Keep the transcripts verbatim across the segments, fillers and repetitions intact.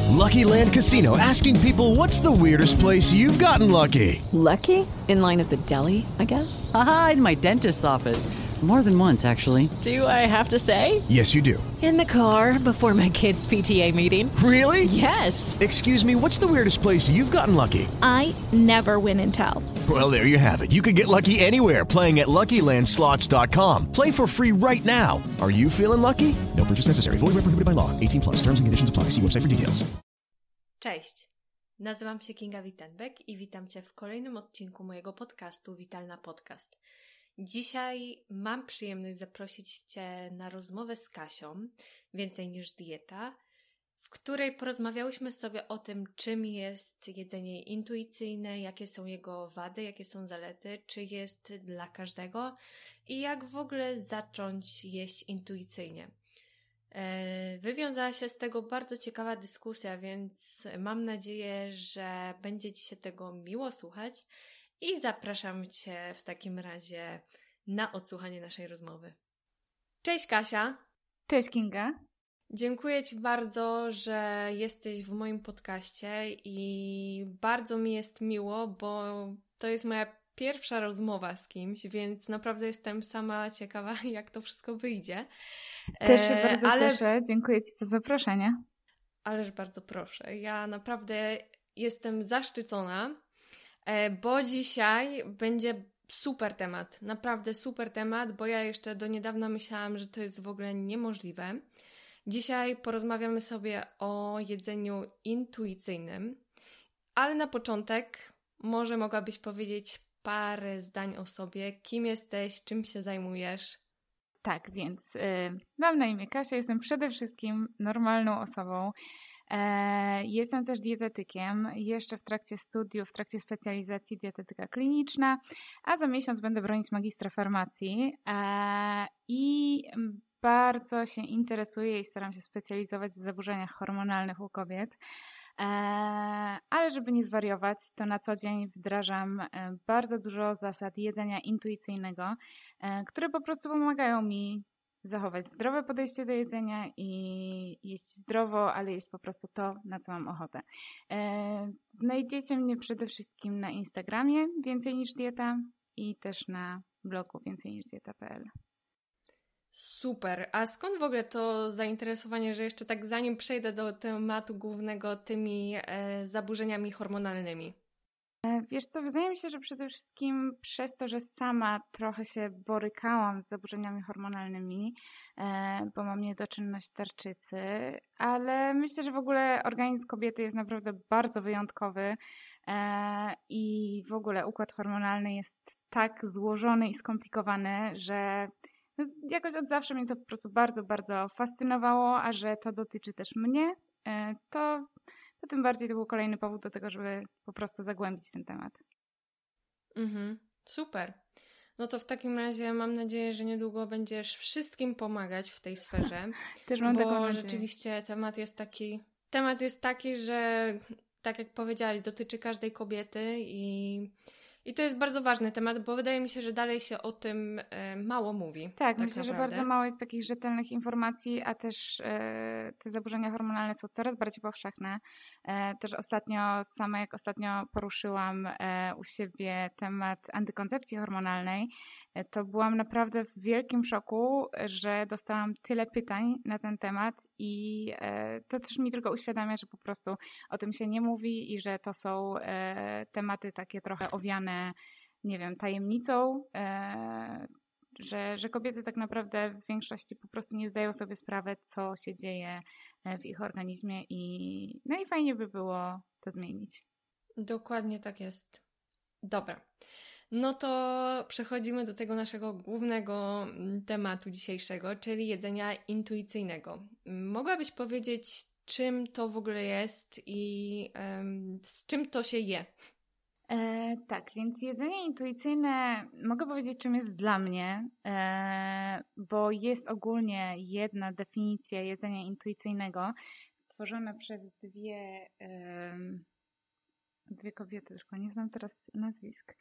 Lucky Land Casino, asking people, what's the weirdest place you've gotten lucky? Lucky? In line at the deli, I guess? Aha, in my dentist's office. More than once, actually. Do I have to say? Yes, you do. In the car before my kids' P T A meeting. Really? Yes. Excuse me, what's the weirdest place you've gotten lucky? I never win and tell. Well, there you have it. You can get lucky anywhere, playing at Lucky Land Slots dot com. Play for free right now. Are you feeling lucky? No purchase necessary. Void where prohibited by law. eighteen plus. Terms and conditions apply. See website for details. Cześć. Nazywam się Kinga Wittenbeck i witam Cię w kolejnym odcinku mojego podcastu Witalna Podcast. Dzisiaj mam przyjemność zaprosić Cię na rozmowę z Kasią, Więcej niż dieta, w której porozmawiałyśmy sobie o tym, czym jest jedzenie intuicyjne, jakie są jego wady, jakie są zalety, czy jest dla każdego i jak w ogóle zacząć jeść intuicyjnie. Wywiązała się z tego bardzo ciekawa dyskusja, więc mam nadzieję, że będzie Ci się tego miło słuchać i zapraszam Cię w takim razie na odsłuchanie naszej rozmowy. Cześć Kasia! Cześć Kinga! Dziękuję Ci bardzo, że jesteś w moim podcaście i bardzo mi jest miło, bo to jest moja pierwsza rozmowa z kimś, więc naprawdę jestem sama ciekawa, jak to wszystko wyjdzie. Też się bardzo Ale... cieszę. Dziękuję Ci za zaproszenie. Ależ bardzo proszę. Ja naprawdę jestem zaszczycona, bo dzisiaj będzie super temat. Naprawdę super temat, bo ja jeszcze do niedawna myślałam, że to jest w ogóle niemożliwe. Dzisiaj porozmawiamy sobie o jedzeniu intuicyjnym, ale na początek może mogłabyś powiedzieć parę zdań o sobie. Kim jesteś, czym się zajmujesz? Tak, więc y, mam na imię Kasia, jestem przede wszystkim normalną osobą. E, jestem też dietetykiem, jeszcze w trakcie studiów, w trakcie specjalizacji dietetyka kliniczna, a za miesiąc będę bronić magistra farmacji e, i bardzo się interesuję i staram się specjalizować w zaburzeniach hormonalnych u kobiet. Ale żeby nie zwariować, to na co dzień wdrażam bardzo dużo zasad jedzenia intuicyjnego, które po prostu pomagają mi zachować zdrowe podejście do jedzenia i jeść zdrowo, ale jeść po prostu to, na co mam ochotę. Znajdziecie mnie przede wszystkim na Instagramie Więcej niż dieta i też na blogu więcej niż dieta kropka p l. Super. A skąd w ogóle to zainteresowanie, że jeszcze tak zanim przejdę do tematu głównego, tymi e, zaburzeniami hormonalnymi? Wiesz co, wydaje mi się, że przede wszystkim przez to, że sama trochę się borykałam z zaburzeniami hormonalnymi, e, bo mam niedoczynność tarczycy, ale myślę, że w ogóle organizm kobiety jest naprawdę bardzo wyjątkowy e, i w ogóle układ hormonalny jest tak złożony i skomplikowany, że jakoś od zawsze mnie to po prostu bardzo, bardzo fascynowało, a że to dotyczy też mnie, to, to tym bardziej to był kolejny powód do tego, żeby po prostu zagłębić ten temat. Mhm, super. No to w takim razie mam nadzieję, że niedługo będziesz wszystkim pomagać w tej sferze. Też mam taką nadzieję. Bo rzeczywiście temat jest taki, temat jest taki, że tak jak powiedziałaś, dotyczy każdej kobiety i I to jest bardzo ważny temat, bo wydaje mi się, że dalej się o tym e, mało mówi. Tak, tak myślę, naprawdę. że bardzo mało jest takich rzetelnych informacji, a też e, te zaburzenia hormonalne są coraz bardziej powszechne. E, też ostatnio, sama jak ostatnio poruszyłam e, u siebie temat antykoncepcji hormonalnej, e, to byłam naprawdę w wielkim szoku, że dostałam tyle pytań na ten temat i e, to też mi tylko uświadamia, że po prostu o tym się nie mówi i że to są e, tematy takie trochę owiane, nie wiem, tajemnicą, e, że, że kobiety tak naprawdę w większości po prostu nie zdają sobie sprawy, co się dzieje w ich organizmie i no i fajnie by było to zmienić. Dokładnie tak jest. Dobra. No to przechodzimy do tego naszego głównego tematu dzisiejszego, czyli jedzenia intuicyjnego. Mogłabyś powiedzieć, czym to w ogóle jest i um, z czym to się je? E, tak, więc jedzenie intuicyjne mogę powiedzieć, czym jest dla mnie, e, bo jest ogólnie jedna definicja jedzenia intuicyjnego stworzona przez dwie, e, dwie kobiety, tylko nie znam teraz nazwisk,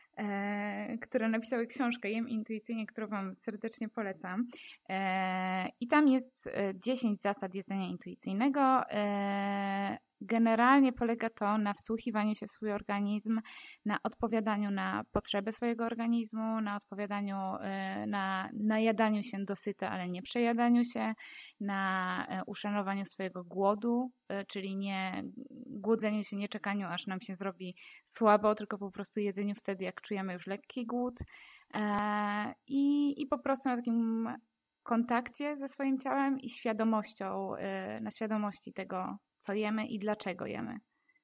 e, które napisały książkę Jem intuicyjnie, którą Wam serdecznie polecam. E, I tam jest dziesięć zasad jedzenia intuicyjnego, e, generalnie polega to na wsłuchiwaniu się w swój organizm, na odpowiadaniu na potrzeby swojego organizmu, na odpowiadaniu, na najadaniu się dosyta, ale nie przejadaniu się, na uszanowaniu swojego głodu, czyli nie głodzeniu się, nie czekaniu, aż nam się zrobi słabo, tylko po prostu jedzeniu wtedy, jak czujemy już lekki głód. I, i po prostu na takim kontakcie ze swoim ciałem i świadomością, na świadomości tego, co jemy i dlaczego jemy.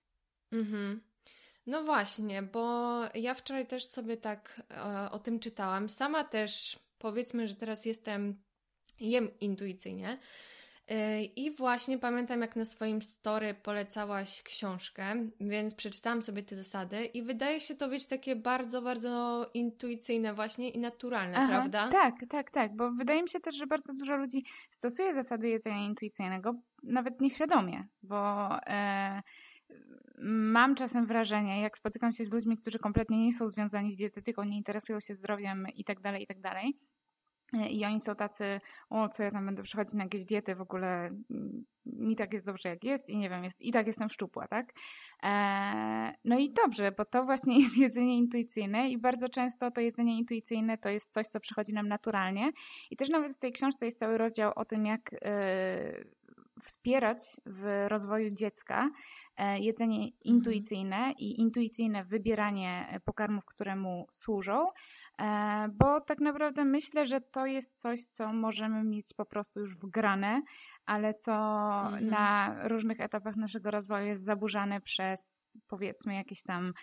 Mhm. No właśnie, bo ja wczoraj też sobie tak e, o tym czytałam. Sama też, powiedzmy, że teraz jestem, jem intuicyjnie. E, I właśnie pamiętam, jak na swoim story polecałaś książkę, więc przeczytałam sobie te zasady i wydaje się to być takie bardzo, bardzo intuicyjne właśnie i naturalne, Aha, prawda? Tak, tak, tak, bo wydaje mi się też, że bardzo dużo ludzi stosuje zasady jedzenia intuicyjnego, nawet nieświadomie, bo e, mam czasem wrażenie, jak spotykam się z ludźmi, którzy kompletnie nie są związani z dietetyką, nie interesują się zdrowiem i tak dalej, i tak dalej, i oni są tacy, o co ja tam będę przechodzić na jakieś diety, w ogóle mi tak jest dobrze jak jest i nie wiem, jest, i tak jestem szczupła, tak? Eee, no i dobrze, bo to właśnie jest jedzenie intuicyjne i bardzo często to jedzenie intuicyjne to jest coś, co przychodzi nam naturalnie i też nawet w tej książce jest cały rozdział o tym, jak yy, wspierać w rozwoju dziecka e, jedzenie intuicyjne i intuicyjne wybieranie pokarmów, które mu służą, bo tak naprawdę myślę, że to jest coś, co możemy mieć po prostu już wgrane, ale co mhm. na różnych etapach naszego rozwoju jest zaburzane przez, powiedzmy, jakieś tam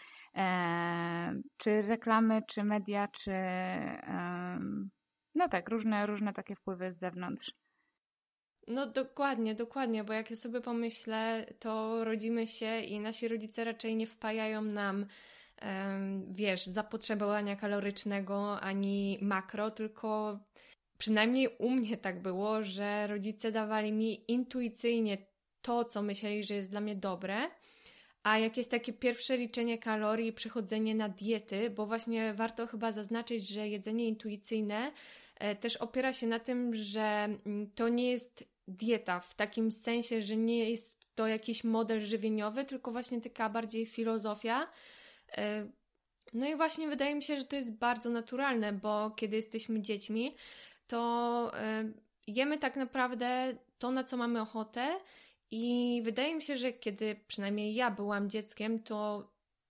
e, czy reklamy, czy media, czy e, no tak, różne, różne takie wpływy z zewnątrz. No dokładnie, dokładnie, bo jak ja sobie pomyślę, to rodzimy się i nasi rodzice raczej nie wpajają nam wiesz, zapotrzebowania kalorycznego ani makro, tylko przynajmniej u mnie tak było, że rodzice dawali mi intuicyjnie to, co myśleli, że jest dla mnie dobre, a jakieś takie pierwsze liczenie kalorii i przechodzenie na diety, bo właśnie warto chyba zaznaczyć, że jedzenie intuicyjne też opiera się na tym, że to nie jest dieta w takim sensie, że nie jest to jakiś model żywieniowy, tylko właśnie taka bardziej filozofia. No i właśnie wydaje mi się, że to jest bardzo naturalne, bo kiedy jesteśmy dziećmi, to jemy tak naprawdę to, na co mamy ochotę i wydaje mi się, że kiedy przynajmniej ja byłam dzieckiem, to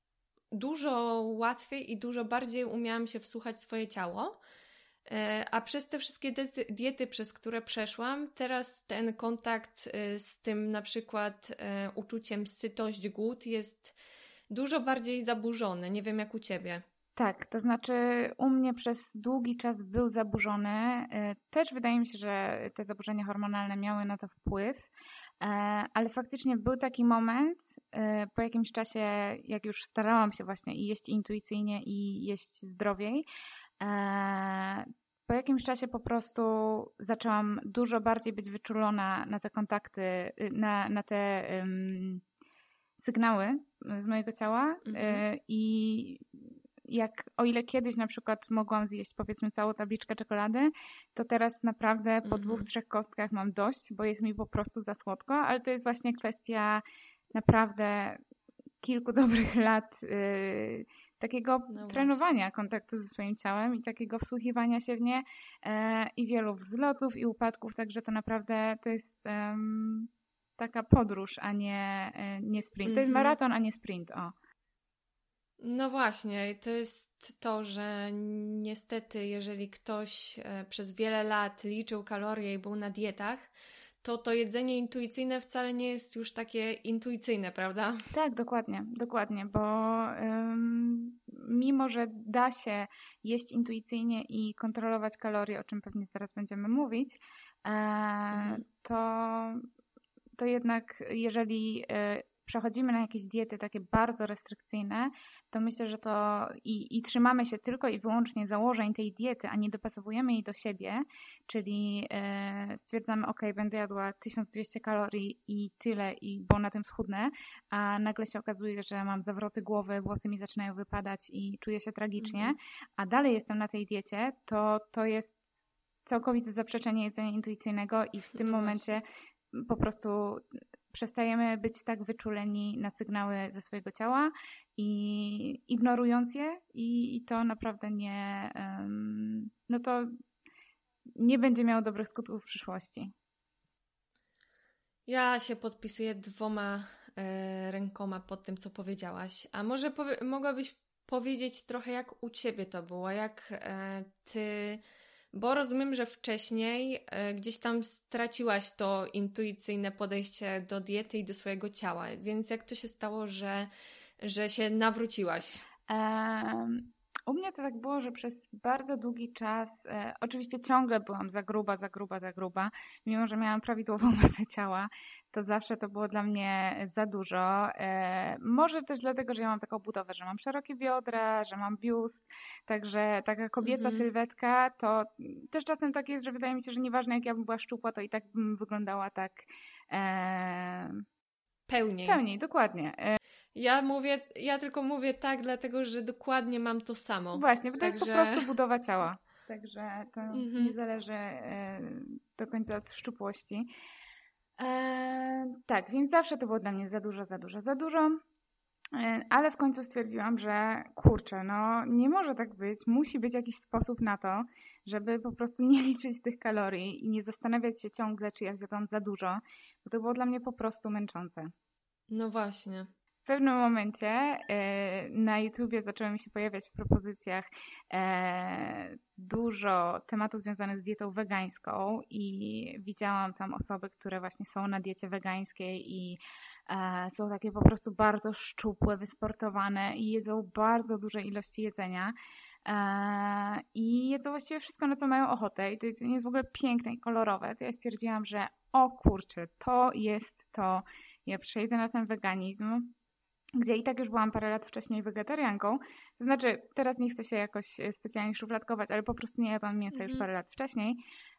dużo łatwiej i dużo bardziej umiałam się wsłuchać w swoje ciało, a przez te wszystkie diety, diety, przez które przeszłam, teraz ten kontakt z tym na przykład uczuciem sytość, głód jest dużo bardziej zaburzony. Nie wiem jak u Ciebie. Tak, to znaczy u mnie przez długi czas był zaburzony. Też wydaje mi się, że te zaburzenia hormonalne miały na to wpływ, ale faktycznie był taki moment po jakimś czasie, jak już starałam się właśnie i jeść intuicyjnie i jeść zdrowiej, po jakimś czasie po prostu zaczęłam dużo bardziej być wyczulona na te kontakty, na, na te um, sygnały z mojego ciała mhm. i jak o ile kiedyś na przykład mogłam zjeść powiedzmy całą tabliczkę czekolady, to teraz naprawdę po mhm. dwóch, trzech kostkach mam dość, bo jest mi po prostu za słodko, ale to jest właśnie kwestia naprawdę kilku dobrych lat yy, takiego no trenowania właśnie. Kontaktu ze swoim ciałem i takiego wsłuchiwania się w nie yy, i wielu wzlotów i upadków, także to naprawdę to jest yy, taka podróż, a nie, yy, nie sprint. Mm-hmm. To jest maraton, a nie sprint, o. No właśnie, to jest to, że niestety jeżeli ktoś przez wiele lat liczył kalorie i był na dietach, to to jedzenie intuicyjne wcale nie jest już takie intuicyjne, prawda? Tak, dokładnie, dokładnie, bo ym, mimo, że da się jeść intuicyjnie i kontrolować kalorie, o czym pewnie zaraz będziemy mówić, e, mhm. to, to jednak jeżeli e, przechodzimy na jakieś diety takie bardzo restrykcyjne, to myślę, że to i, i trzymamy się tylko i wyłącznie założeń tej diety, a nie dopasowujemy jej do siebie, czyli e, stwierdzamy, ok, będę jadła tysiąc dwieście kalorii i tyle, i bo na tym schudnę, a nagle się okazuje, że mam zawroty głowy, włosy mi zaczynają wypadać i czuję się tragicznie, mm. a dalej jestem na tej diecie, to to jest całkowite zaprzeczenie jedzenia intuicyjnego i w tym no momencie po prostu przestajemy być tak wyczuleni na sygnały ze swojego ciała i ignorując je i, i to naprawdę nie, um, no to nie będzie miało dobrych skutków w przyszłości. Ja się podpisuję dwoma e, rękoma pod tym, co powiedziałaś. A może powie- mogłabyś powiedzieć trochę, jak u Ciebie to było, jak e, Ty... Bo rozumiem, że wcześniej e, gdzieś tam straciłaś to intuicyjne podejście do diety i do swojego ciała, więc jak to się stało, że, że się nawróciłaś? Um, u mnie to tak było, że przez bardzo długi czas, e, oczywiście ciągle byłam za gruba, za gruba, za gruba, mimo że miałam prawidłową masę ciała, to zawsze to było dla mnie za dużo. E, może też dlatego, że ja mam taką budowę, że mam szerokie biodra, że mam biust, także taka kobieca Mhm. sylwetka, to też czasem tak jest, że wydaje mi się, że nieważne jak ja bym była szczupła, to i tak bym wyglądała tak e, Pełniej. pełniej, dokładnie. E, Ja mówię, ja tylko mówię tak, dlatego że dokładnie mam to samo. Właśnie, bo to jest po Także- prostu budowa ciała. Także to Mhm. nie zależy e, do końca od szczupłości. E, tak, więc zawsze to było dla mnie za dużo, za dużo, za dużo. E, ale w końcu stwierdziłam, że kurczę, no nie może tak być. Musi być jakiś sposób na to, żeby po prostu nie liczyć tych kalorii i nie zastanawiać się ciągle, czy ja zjadłam za dużo, bo to było dla mnie po prostu męczące. No właśnie. W pewnym momencie e, na YouTubie zaczęły mi się pojawiać w propozycjach e, dużo tematów związanych z dietą wegańską i widziałam tam osoby, które właśnie są na diecie wegańskiej i e, są takie po prostu bardzo szczupłe, wysportowane i jedzą bardzo duże ilości jedzenia. E, I jedzą właściwie wszystko, na co mają ochotę i to jedzenie jest w ogóle piękne i kolorowe. To ja stwierdziłam, że o kurczę, to jest to. Ja przejdę na ten weganizm, gdzie i tak już byłam parę lat wcześniej wegetarianką. To znaczy, teraz nie chcę się jakoś specjalnie szufladkować, ale po prostu nie jadłam mięsa Mhm. już parę lat wcześniej.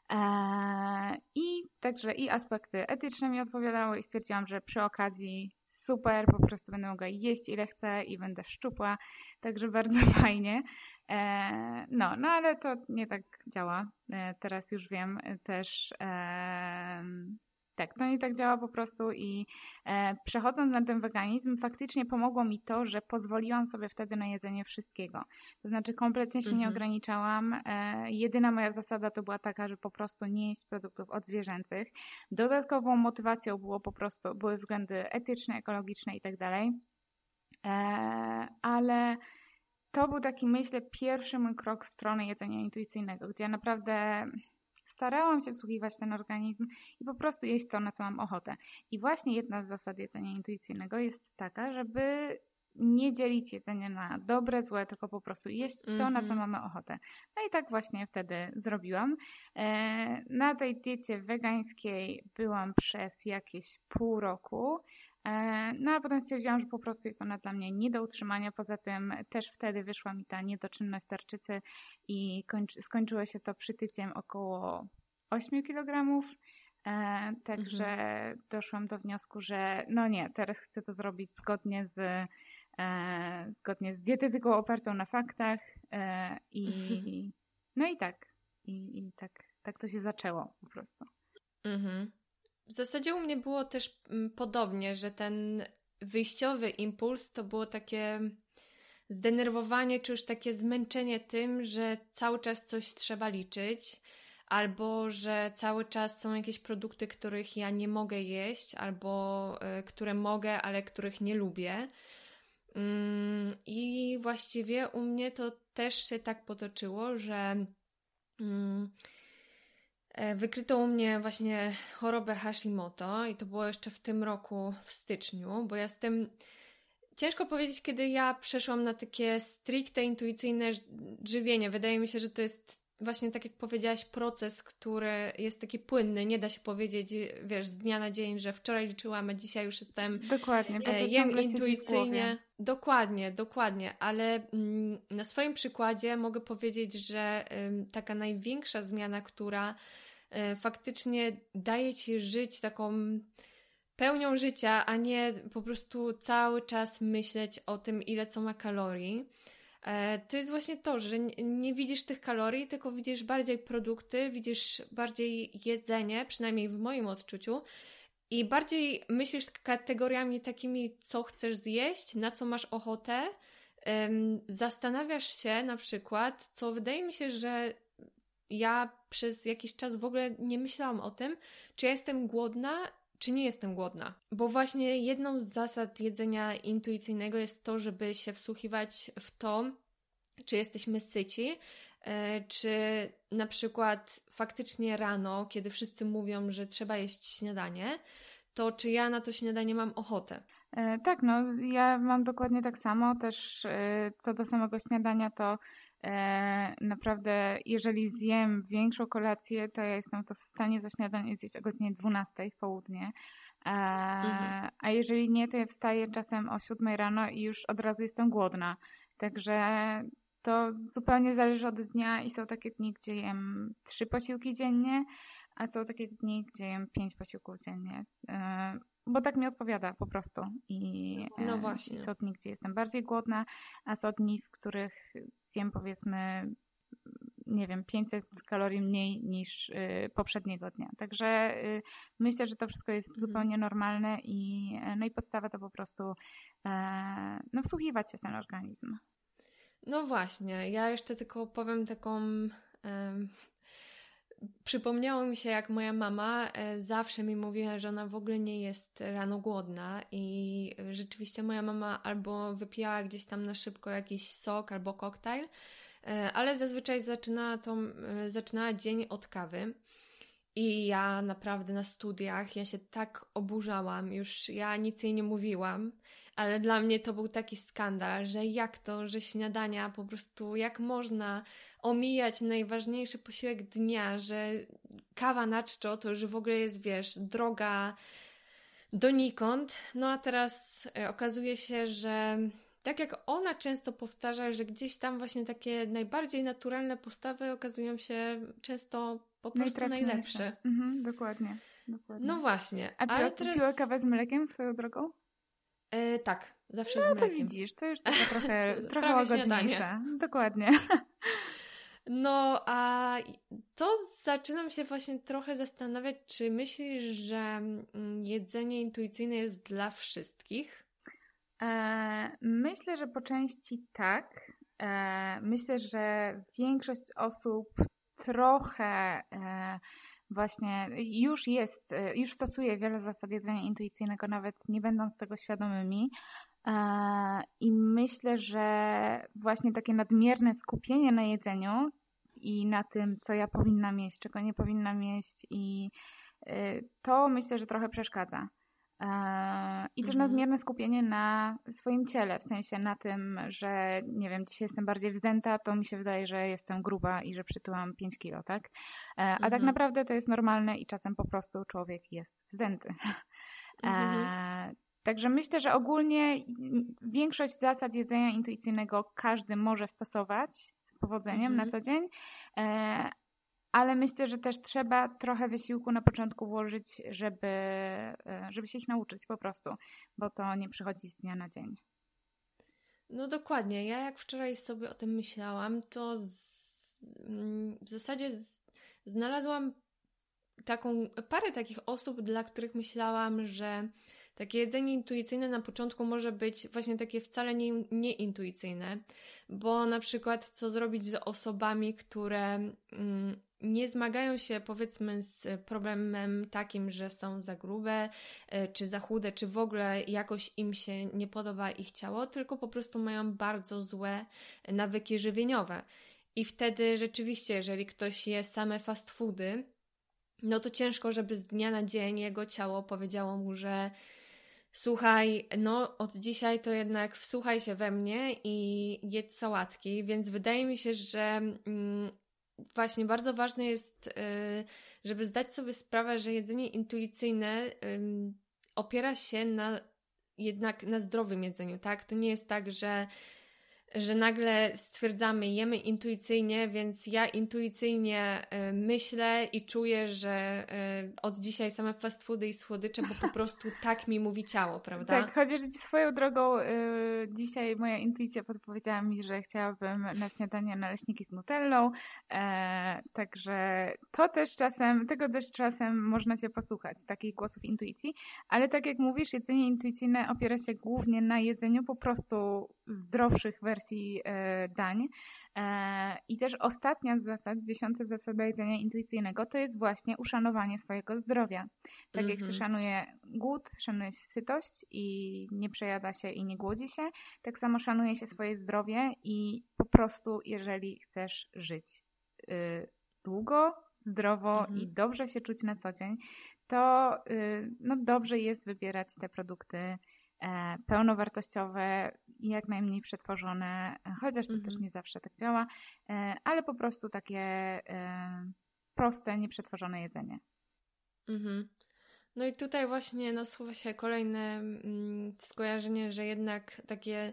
Eee, I także i aspekty etyczne mi odpowiadały i stwierdziłam, że przy okazji super, po prostu będę mogła jeść ile chcę i będę szczupła. Także bardzo fajnie. Eee, no, no ale to nie tak działa. Eee, teraz już wiem też... Eee, Tak, to nie tak działa po prostu i e, przechodząc na ten weganizm faktycznie pomogło mi to, że pozwoliłam sobie wtedy na jedzenie wszystkiego. To znaczy kompletnie się nie Mhm. ograniczałam. E, jedyna moja zasada to była taka, że po prostu nie jeść produktów odzwierzęcych. Dodatkową motywacją było po prostu, były względy etyczne, ekologiczne i tak dalej. E, ale to był taki, myślę, pierwszy mój krok w stronę jedzenia intuicyjnego, gdzie ja naprawdę... Starałam się wsłuchiwać w ten organizm i po prostu jeść to, na co mam ochotę. I właśnie jedna z zasad jedzenia intuicyjnego jest taka, żeby nie dzielić jedzenia na dobre, złe, tylko po prostu jeść to, Mhm. na co mamy ochotę. No i tak właśnie wtedy zrobiłam. E, na tej diecie wegańskiej byłam przez jakieś pół roku. E, no a potem stwierdziłam, że po prostu jest ona dla mnie nie do utrzymania. Poza tym też wtedy wyszła mi ta niedoczynność tarczycy i kończy, skończyło się to przytyciem około osiem kilogramów. E, także Mhm. doszłam do wniosku, że no nie, teraz chcę to zrobić zgodnie z, e, zgodnie z dietetyką opartą na faktach e, i no i tak. I, i tak, tak to się zaczęło po prostu. Mhm. W zasadzie u mnie było też mm, podobnie, że ten wyjściowy impuls to było takie zdenerwowanie, czy już takie zmęczenie tym, że cały czas coś trzeba liczyć, albo że cały czas są jakieś produkty, których ja nie mogę jeść, albo y, które mogę, ale których nie lubię. Mm, I właściwie u mnie to też się tak potoczyło, że mm, e, wykryto u mnie właśnie chorobę Hashimoto i to było jeszcze w tym roku w styczniu, bo ja z tym ciężko powiedzieć, kiedy ja przeszłam na takie stricte intuicyjne ż- żywienie. Wydaje mi się, że to jest właśnie tak jak powiedziałaś, proces, który jest taki płynny. Nie da się powiedzieć, wiesz, z dnia na dzień, że wczoraj liczyłam, a dzisiaj już jestem Dokładnie, bo to E, jem ciągle siedzi w intuicyjnie. głowie. Dokładnie, dokładnie, ale mm, na swoim przykładzie mogę powiedzieć, że ym, taka największa zmiana, która y, faktycznie daje Ci żyć taką pełnią życia, a nie po prostu cały czas myśleć o tym, ile co ma kalorii, e, to jest właśnie to, że nie, nie widzisz tych kalorii, tylko widzisz bardziej produkty, widzisz bardziej jedzenie, przynajmniej w moim odczuciu, i bardziej myślisz kategoriami takimi, co chcesz zjeść, na co masz ochotę. Um, zastanawiasz się na przykład, co wydaje mi się, że ja przez jakiś czas w ogóle nie myślałam o tym, czy ja jestem głodna, czy nie jestem głodna. Bo właśnie jedną z zasad jedzenia intuicyjnego jest to, żeby się wsłuchiwać w to, czy jesteśmy syci, czy na przykład faktycznie rano, kiedy wszyscy mówią, że trzeba jeść śniadanie, to czy ja na to śniadanie mam ochotę. E, tak, no ja mam dokładnie tak samo. Też e, co do samego śniadania, to e, naprawdę jeżeli zjem większą kolację, to ja jestem to w stanie za śniadanie zjeść o godzinie dwunastej w południe. E, mhm. A jeżeli nie, to ja wstaję czasem o siódmej rano i już od razu jestem głodna. Także to zupełnie zależy od dnia i są takie dni, gdzie jem trzy posiłki dziennie, a są takie dni, gdzie jem pięć posiłków dziennie. E, Bo tak mi odpowiada po prostu. I, no właśnie. I są dni, gdzie jestem bardziej głodna, a są dni, w których zjem powiedzmy, nie wiem, pięćset kalorii mniej niż y, poprzedniego dnia. Także y, myślę, że to wszystko jest mhm. zupełnie normalne i, no i podstawa to po prostu y, no, wsłuchiwać się w ten organizm. No właśnie. Ja jeszcze tylko powiem taką... Y- Przypomniało mi się, jak moja mama e, zawsze mi mówiła, że ona w ogóle nie jest rano głodna i rzeczywiście moja mama albo wypijała gdzieś tam na szybko jakiś sok albo koktajl, e, ale zazwyczaj zaczynała, to, e, zaczynała dzień od kawy. I ja naprawdę na studiach, ja się tak oburzałam, już ja nic jej nie mówiłam, ale dla mnie to był taki skandal, że jak to, że śniadania po prostu, jak można omijać najważniejszy posiłek dnia, że kawa na czczo to już w ogóle jest, wiesz, droga donikąd. No a teraz okazuje się, że tak jak ona często powtarza, że gdzieś tam właśnie takie najbardziej naturalne postawy okazują się często po prostu najlepsze. Mhm, dokładnie, dokładnie. No właśnie. A ale piła, teraz... piła kawę z mlekiem swoją drogą? E, tak, zawsze no, z mlekiem. No to widzisz, to już taka trochę, trochę Prawie łagodniejsze. śniadanie. Dokładnie. No, a to zaczynam się właśnie trochę zastanawiać, czy myślisz, że jedzenie intuicyjne jest dla wszystkich? E, myślę, że po części tak. E, myślę, że większość osób trochę e, właśnie już jest, już stosuje wiele zasad jedzenia intuicyjnego, nawet nie będąc tego świadomymi. E, I myślę, że właśnie takie nadmierne skupienie na jedzeniu i na tym, co ja powinnam jeść, czego nie powinnam jeść, i y, to myślę, że trochę przeszkadza. E, I też mhm. nadmierne skupienie na swoim ciele, w sensie na tym, że nie wiem, dzisiaj jestem bardziej wzdęta, to mi się wydaje, że jestem gruba i że przytyłam pięć kilo, tak? E, a mhm. tak naprawdę to jest normalne i czasem po prostu człowiek jest wzdęty. Mhm. E, Także myślę, że ogólnie większość zasad jedzenia intuicyjnego każdy może stosować z powodzeniem mm-hmm. na co dzień, e, ale myślę, że też trzeba trochę wysiłku na początku włożyć, żeby, e, żeby się ich nauczyć po prostu, bo to nie przychodzi z dnia na dzień. No dokładnie. Ja jak wczoraj sobie o tym myślałam, to z, w zasadzie z, znalazłam taką parę takich osób, dla których myślałam, że takie jedzenie intuicyjne na początku może być właśnie takie wcale nie, nieintuicyjne, bo na przykład co zrobić z osobami, które mm, nie zmagają się powiedzmy z problemem takim, że są za grube, czy za chude, czy w ogóle jakoś im się nie podoba ich ciało, tylko po prostu mają bardzo złe nawyki żywieniowe. I wtedy rzeczywiście, jeżeli ktoś je same fast foody, no to ciężko, żeby z dnia na dzień jego ciało powiedziało mu, że słuchaj, no od dzisiaj to jednak wsłuchaj się we mnie i jedz sałatki, więc wydaje mi się, że mm, właśnie bardzo ważne jest, y, żeby zdać sobie sprawę, że jedzenie intuicyjne y, opiera się na jednak na zdrowym jedzeniu, tak? To nie jest tak, że że nagle stwierdzamy, jemy intuicyjnie, więc ja intuicyjnie y, myślę i czuję, że y, od dzisiaj same fast foody i słodycze, bo po prostu tak mi mówi ciało, prawda? Tak, chociaż swoją drogą y, dzisiaj moja intuicja podpowiedziała mi, że chciałabym na śniadanie naleśniki z nutellą, e, także to też czasem, tego też czasem można się posłuchać, takich głosów intuicji, ale tak jak mówisz, jedzenie intuicyjne opiera się głównie na jedzeniu po prostu zdrowszych wersji e, dań. E, I też ostatnia z zasad, dziesiąta zasada jedzenia intuicyjnego, to jest właśnie uszanowanie swojego zdrowia. Tak jak się szanuje głód, szanuje się sytość i nie przejada się i nie głodzi się, tak samo szanuje się swoje zdrowie i po prostu jeżeli chcesz żyć y, długo, zdrowo Mhm. i dobrze się czuć na co dzień, to y, no dobrze jest wybierać te produkty e, pełnowartościowe, jak najmniej przetworzone, chociaż to Mhm. też nie zawsze tak działa, e, ale po prostu takie e, proste, nieprzetworzone jedzenie. Mhm. No i tutaj właśnie nasuwa się kolejne mm, skojarzenie, że jednak takie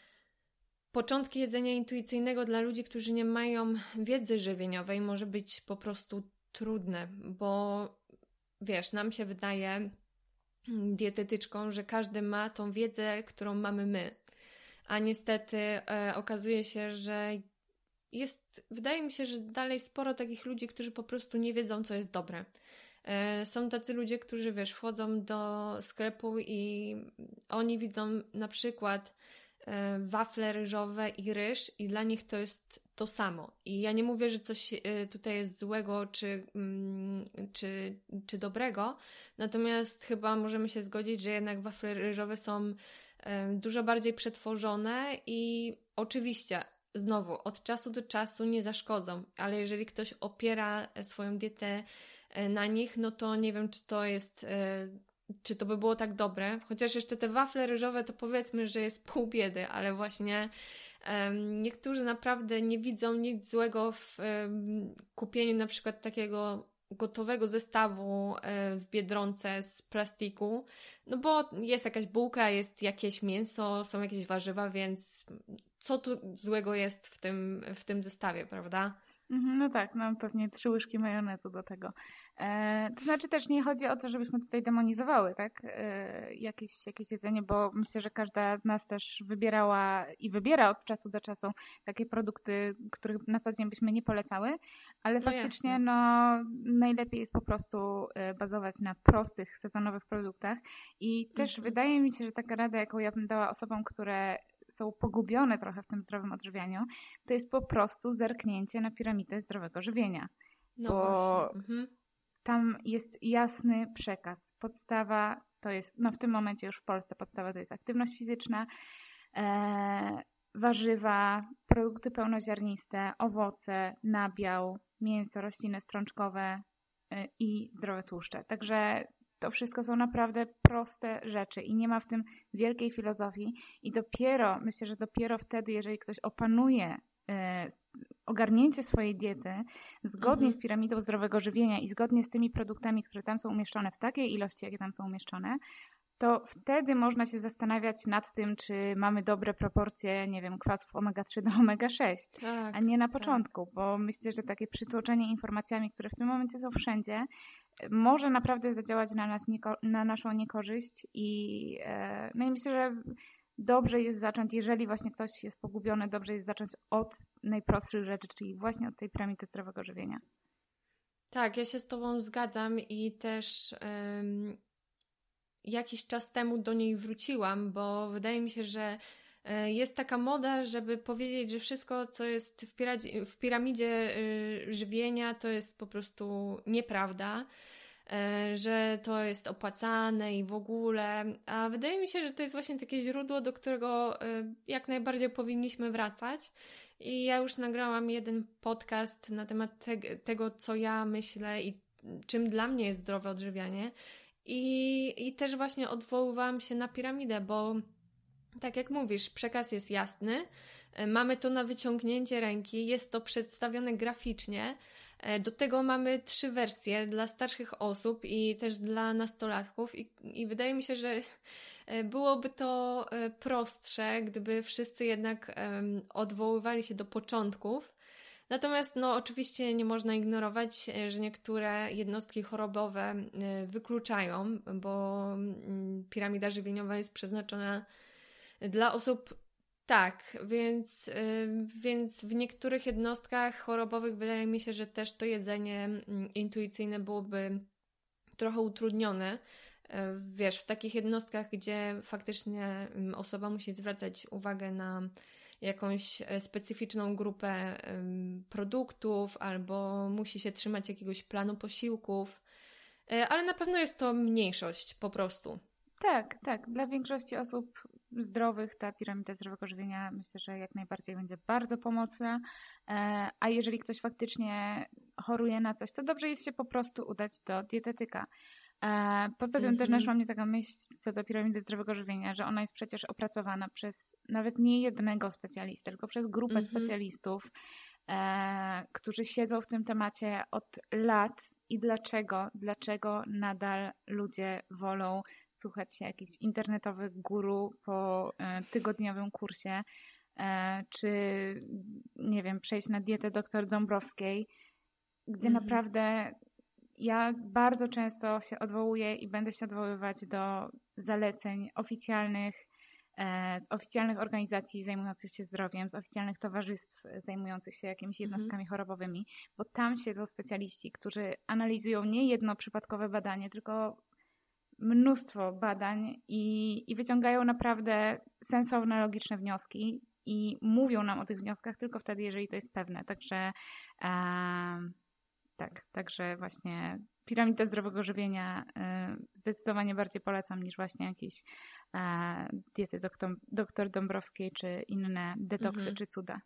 początki jedzenia intuicyjnego dla ludzi, którzy nie mają wiedzy żywieniowej, może być po prostu trudne, bo wiesz, nam się wydaje dietetyczką, że każdy ma tą wiedzę, którą mamy my, a niestety e, okazuje się, że jest, wydaje mi się, że dalej sporo takich ludzi, którzy po prostu nie wiedzą, co jest dobre. E, są tacy ludzie, którzy wiesz, wchodzą do sklepu i oni widzą na przykład e, wafle ryżowe i ryż i dla nich to jest to samo. I ja nie mówię, że coś e, tutaj jest złego czy, mm, czy, czy dobrego, natomiast chyba możemy się zgodzić, że jednak wafle ryżowe są e, dużo bardziej przetworzone i oczywiście znowu, od czasu do czasu nie zaszkodzą, ale jeżeli ktoś opiera swoją dietę na nich, no to nie wiem, czy to jest, czy to by było tak dobre. Chociaż jeszcze te wafle ryżowe to powiedzmy, że jest pół biedy, ale właśnie um, niektórzy naprawdę nie widzą nic złego w um, kupieniu na przykład takiego gotowego zestawu w Biedronce z plastiku, no bo jest jakaś bułka, jest jakieś mięso, są jakieś warzywa, więc co tu złego jest w tym, w tym zestawie, prawda? No tak, no pewnie trzy łyżki majonezu do tego. E, to znaczy też nie chodzi o to, żebyśmy tutaj demonizowały, tak? E, jakieś, jakieś jedzenie, bo myślę, że każda z nas też wybierała i wybiera od czasu do czasu takie produkty, których na co dzień byśmy nie polecały, ale No faktycznie jasne. no, najlepiej jest po prostu bazować na prostych, sezonowych produktach i też Mhm. wydaje mi się, że taka rada, jaką ja bym dała osobom, które są pogubione trochę w tym zdrowym odżywianiu, to jest po prostu zerknięcie na piramidę zdrowego żywienia. No bo właśnie. Mhm. tam jest jasny przekaz. Podstawa to jest, no w tym momencie już w Polsce podstawa to jest aktywność fizyczna, e, warzywa, produkty pełnoziarniste, owoce, nabiał, mięso, rośliny strączkowe e, i zdrowe tłuszcze. Także to wszystko są naprawdę proste rzeczy i nie ma w tym wielkiej filozofii i dopiero, myślę, że dopiero wtedy, jeżeli ktoś opanuje e, ogarnięcie swojej diety zgodnie Mhm. z piramidą zdrowego żywienia i zgodnie z tymi produktami, które tam są umieszczone w takiej ilości, jakie tam są umieszczone, to wtedy można się zastanawiać nad tym, czy mamy dobre proporcje, nie wiem, kwasów omega trzy do omega sześć, Tak, a nie na tak. początku, bo myślę, że takie przytłoczenie informacjami, które w tym momencie są wszędzie, może naprawdę zadziałać na, nas nieko- na naszą niekorzyść i, e, no i myślę, że dobrze jest zacząć, jeżeli właśnie ktoś jest pogubiony, dobrze jest zacząć od najprostszych rzeczy, czyli właśnie od tej piramidy zdrowego żywienia. Tak, ja się z Tobą zgadzam i też um, jakiś czas temu do niej wróciłam, bo wydaje mi się, że e, jest taka moda, żeby powiedzieć, że wszystko, co jest w, piradzie, w piramidzie y, żywienia, to jest po prostu nieprawda, e, że to jest opłacane i w ogóle, a wydaje mi się, że to jest właśnie takie źródło, do którego y, jak najbardziej powinniśmy wracać. I ja już nagrałam jeden podcast na temat te- tego, co ja myślę i czym dla mnie jest zdrowe odżywianie. I, I też właśnie odwoływałam się na piramidę, bo tak jak mówisz, przekaz jest jasny, mamy to na wyciągnięcie ręki, jest to przedstawione graficznie. Do tego mamy trzy wersje dla starszych osób i też dla nastolatków i, i wydaje mi się, że byłoby to prostsze, gdyby wszyscy jednak odwoływali się do początków. Natomiast no, oczywiście nie można ignorować, że niektóre jednostki chorobowe wykluczają, bo piramida żywieniowa jest przeznaczona dla osób, tak, więc, więc w niektórych jednostkach chorobowych wydaje mi się, że też to jedzenie intuicyjne byłoby trochę utrudnione. Wiesz, w takich jednostkach, gdzie faktycznie osoba musi zwracać uwagę na jakąś specyficzną grupę produktów albo musi się trzymać jakiegoś planu posiłków, ale na pewno jest to mniejszość po prostu. Tak, tak. Dla większości osób zdrowych ta piramida zdrowego żywienia myślę, że jak najbardziej będzie bardzo pomocna, a jeżeli ktoś faktycznie choruje na coś, to dobrze jest się po prostu udać do dietetyka. Poza tym mm-hmm. też naszła mnie taka myśl co do piramidy zdrowego żywienia, że ona jest przecież opracowana przez nawet nie jednego specjalistę, tylko przez grupę mm-hmm. specjalistów, e, którzy siedzą w tym temacie od lat. I dlaczego? Dlaczego nadal ludzie wolą słuchać się jakichś internetowych guru po e, tygodniowym kursie, e, czy nie wiem, przejść na dietę doktor Dąbrowskiej, gdzie mm-hmm. naprawdę ja bardzo często się odwołuję i będę się odwoływać do zaleceń oficjalnych, e, z oficjalnych organizacji zajmujących się zdrowiem, z oficjalnych towarzystw zajmujących się jakimiś jednostkami mhm. chorobowymi, bo tam siedzą specjaliści, którzy analizują nie jedno przypadkowe badanie, tylko mnóstwo badań i, i wyciągają naprawdę sensowne, logiczne wnioski i mówią nam o tych wnioskach tylko wtedy, jeżeli to jest pewne. Także e, Tak, także właśnie piramidę zdrowego żywienia y, zdecydowanie bardziej polecam niż właśnie jakieś y, diety doktor, doktor Dąbrowskiej czy inne detoksy mhm. czy cuda.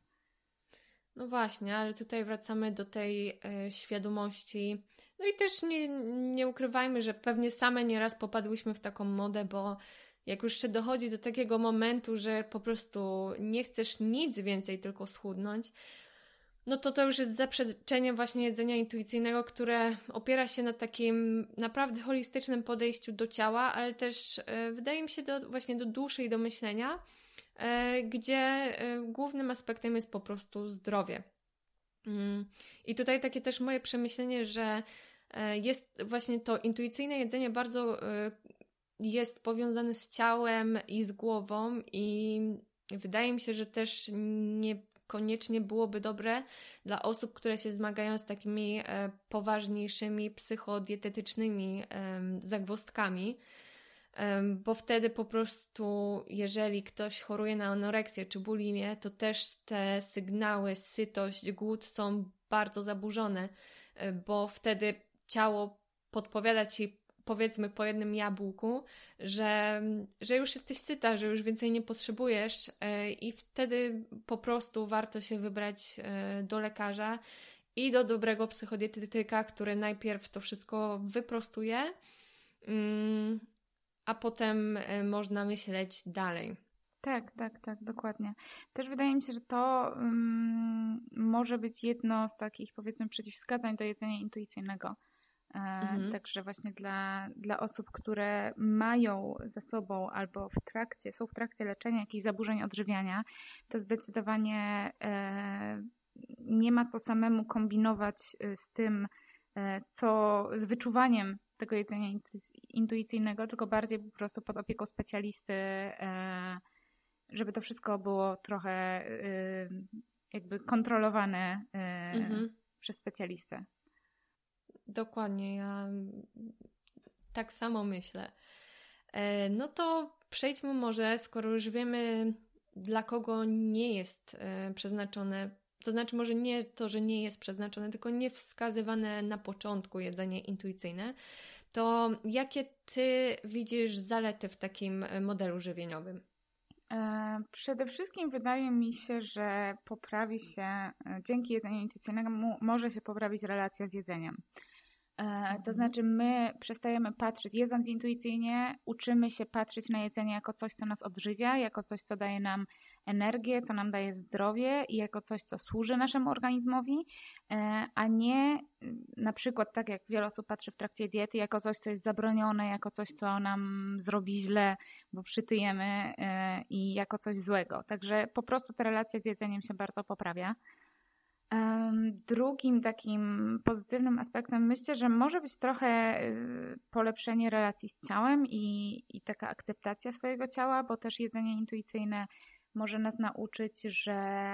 No właśnie, ale tutaj wracamy do tej y, świadomości. No i też nie, nie ukrywajmy, że pewnie same nieraz popadłyśmy w taką modę, bo jak już się dochodzi do takiego momentu, że po prostu nie chcesz nic więcej, tylko schudnąć, no to to już jest zaprzeczenie właśnie jedzenia intuicyjnego, które opiera się na takim naprawdę holistycznym podejściu do ciała, ale też e, wydaje mi się do, właśnie do duszy i do myślenia, e, gdzie e, głównym aspektem jest po prostu zdrowie. Mm. I tutaj takie też moje przemyślenie, że e, jest właśnie to intuicyjne jedzenie bardzo e, jest powiązane z ciałem i z głową i wydaje mi się, że też nie koniecznie byłoby dobre dla osób, które się zmagają z takimi e, poważniejszymi psychodietetycznymi e, zagwozdkami, e, bo wtedy po prostu, jeżeli ktoś choruje na anoreksję czy bulimię, to też te sygnały, sytość, głód są bardzo zaburzone, e, bo wtedy ciało podpowiada Ci, powiedzmy po jednym jabłku, że, że już jesteś syta, że już więcej nie potrzebujesz i wtedy po prostu warto się wybrać do lekarza i do dobrego psychodietetyka, który najpierw to wszystko wyprostuje, a potem można myśleć dalej. Tak, tak, tak, dokładnie. Też wydaje mi się, że to um, może być jedno z takich, powiedzmy, przeciwwskazań do jedzenia intuicyjnego. Mhm. Także właśnie dla, dla osób, które mają za sobą albo w trakcie, są w trakcie leczenia jakichś zaburzeń odżywiania, to zdecydowanie e, nie ma co samemu kombinować z tym, e, co z wyczuwaniem tego jedzenia intuicyjnego, tylko bardziej po prostu pod opieką specjalisty, e, żeby to wszystko było trochę e, jakby kontrolowane e, mhm. przez specjalistę. Dokładnie, ja tak samo myślę. No to przejdźmy może, skoro już wiemy, dla kogo nie jest przeznaczone, to znaczy może nie to, że nie jest przeznaczone, tylko nie wskazywane na początku jedzenie intuicyjne, to jakie Ty widzisz zalety w takim modelu żywieniowym? Przede wszystkim wydaje mi się, że poprawi się, dzięki jedzeniu intuicyjnemu może się poprawić relacja z jedzeniem. Mhm. To znaczy my przestajemy patrzeć, jedząc intuicyjnie, uczymy się patrzeć na jedzenie jako coś, co nas odżywia, jako coś, co daje nam energię, co nam daje zdrowie i jako coś, co służy naszemu organizmowi, a nie na przykład tak jak wiele osób patrzy w trakcie diety, jako coś, co jest zabronione, jako coś, co nam zrobi źle, bo przytyjemy i jako coś złego. Także po prostu ta relacja z jedzeniem się bardzo poprawia. Drugim takim pozytywnym aspektem myślę, że może być trochę polepszenie relacji z ciałem i, i taka akceptacja swojego ciała, bo też jedzenie intuicyjne może nas nauczyć, że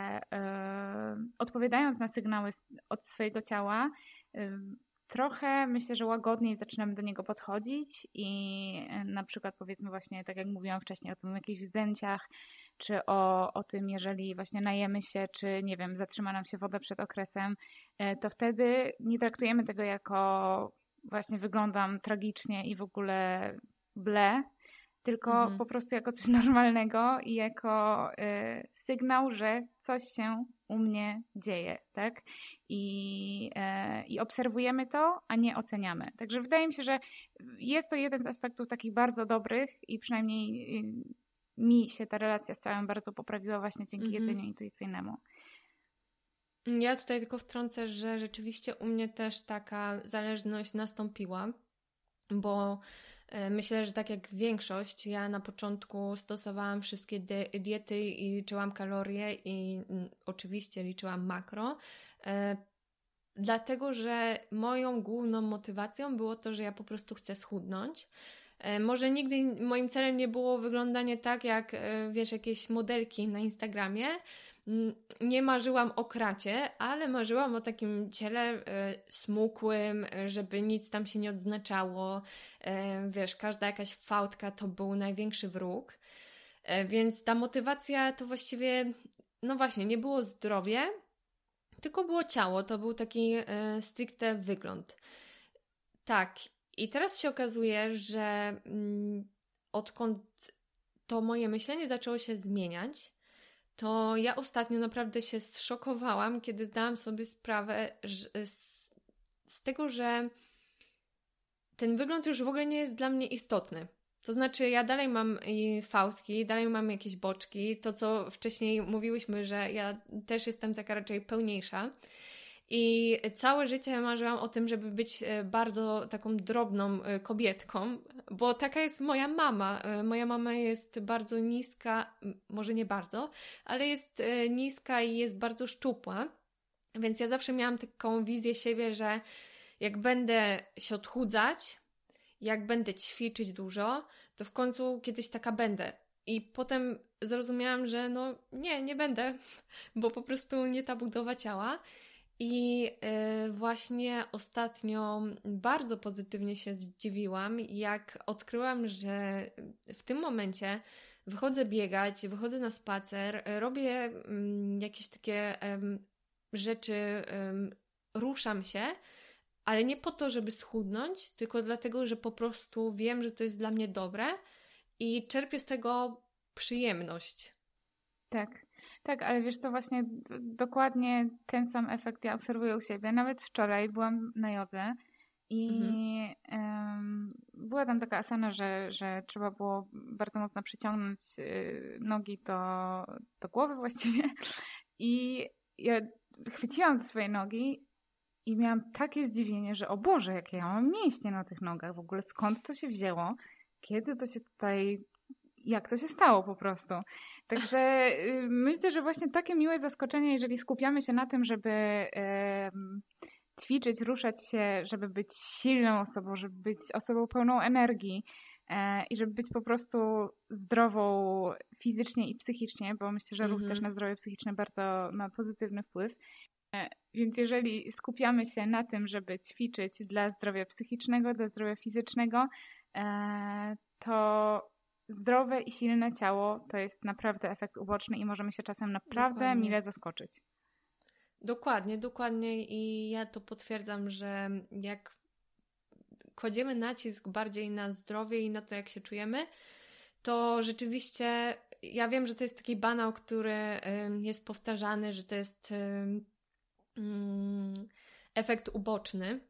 e, odpowiadając na sygnały od swojego ciała, e, trochę myślę, że łagodniej zaczynamy do niego podchodzić i e, na przykład powiedzmy właśnie, tak jak mówiłam wcześniej o tym jakichś wzdęciach, czy o, o tym, jeżeli właśnie najemy się, czy nie wiem, zatrzyma nam się woda przed okresem, e, to wtedy nie traktujemy tego jako właśnie wyglądam tragicznie i w ogóle ble, tylko mhm. po prostu jako coś normalnego i jako y, sygnał, że coś się u mnie dzieje, tak? I, y, I obserwujemy to, a nie oceniamy. Także wydaje mi się, że jest to jeden z aspektów takich bardzo dobrych i przynajmniej y, mi się ta relacja z ciałem bardzo poprawiła właśnie dzięki mhm. jedzeniu intuicyjnemu. Ja tutaj tylko wtrącę, że rzeczywiście u mnie też taka zależność nastąpiła, bo myślę, że tak jak większość, ja na początku stosowałam wszystkie di- diety i liczyłam kalorie i mm, oczywiście liczyłam makro, e, dlatego, że moją główną motywacją było to, że ja po prostu chcę schudnąć. E, może nigdy moim celem nie było wyglądanie tak jak, e, wiesz, jakieś modelki na Instagramie. Nie marzyłam o kracie, ale marzyłam o takim ciele y, smukłym, y, żeby nic tam się nie odznaczało. Y, wiesz, każda jakaś fałdka to był największy wróg. Y, więc ta motywacja to właściwie, no właśnie, nie było zdrowie, tylko było ciało. To był taki y, stricte wygląd. Tak. I teraz się okazuje, że y, odkąd to moje myślenie zaczęło się zmieniać, to ja ostatnio naprawdę się zszokowałam, kiedy zdałam sobie sprawę z, z tego, że ten wygląd już w ogóle nie jest dla mnie istotny. To znaczy ja dalej mam fałdki, dalej mam jakieś boczki, to co wcześniej mówiłyśmy, że ja też jestem taka raczej pełniejsza. I całe życie marzyłam o tym, żeby być bardzo taką drobną kobietką, bo taka jest moja mama. Moja mama jest bardzo niska, może nie bardzo, ale jest niska i jest bardzo szczupła, więc ja zawsze miałam taką wizję siebie, że jak będę się odchudzać, jak będę ćwiczyć dużo, to w końcu kiedyś taka będę. I potem zrozumiałam, że no nie, nie będę, bo po prostu nie ta budowa ciała. I y, właśnie ostatnio bardzo pozytywnie się zdziwiłam, jak odkryłam, że w tym momencie wychodzę biegać, wychodzę na spacer, robię mm, jakieś takie um, rzeczy, um, ruszam się, ale nie po to, żeby schudnąć, tylko dlatego, że po prostu wiem, że to jest dla mnie dobre i czerpię z tego przyjemność. Tak. Tak, ale wiesz, to właśnie dokładnie ten sam efekt ja obserwuję u siebie. Nawet wczoraj byłam na jodze i mhm. um, była tam taka asana, że, że trzeba było bardzo mocno przyciągnąć y, nogi do, do głowy właściwie. I ja chwyciłam swoje nogi i miałam takie zdziwienie, że o Boże, jakie ja mam mięśnie na tych nogach. W ogóle skąd to się wzięło? Kiedy to się tutaj... Jak to się stało po prostu. Także y, myślę, że właśnie takie miłe zaskoczenie, jeżeli skupiamy się na tym, żeby y, ćwiczyć, ruszać się, żeby być silną osobą, żeby być osobą pełną energii y, i żeby być po prostu zdrową fizycznie i psychicznie, bo myślę, że mm-hmm. ruch też na zdrowie psychiczne bardzo ma pozytywny wpływ. Y, więc jeżeli skupiamy się na tym, żeby ćwiczyć dla zdrowia psychicznego, dla zdrowia fizycznego, y, to zdrowe i silne ciało to jest naprawdę efekt uboczny i możemy się czasem naprawdę dokładnie. Mile zaskoczyć. Dokładnie, dokładnie i ja to potwierdzam, że jak kładziemy nacisk bardziej na zdrowie i na to, jak się czujemy, to rzeczywiście ja wiem, że to jest taki banał, który jest powtarzany, że to jest efekt uboczny,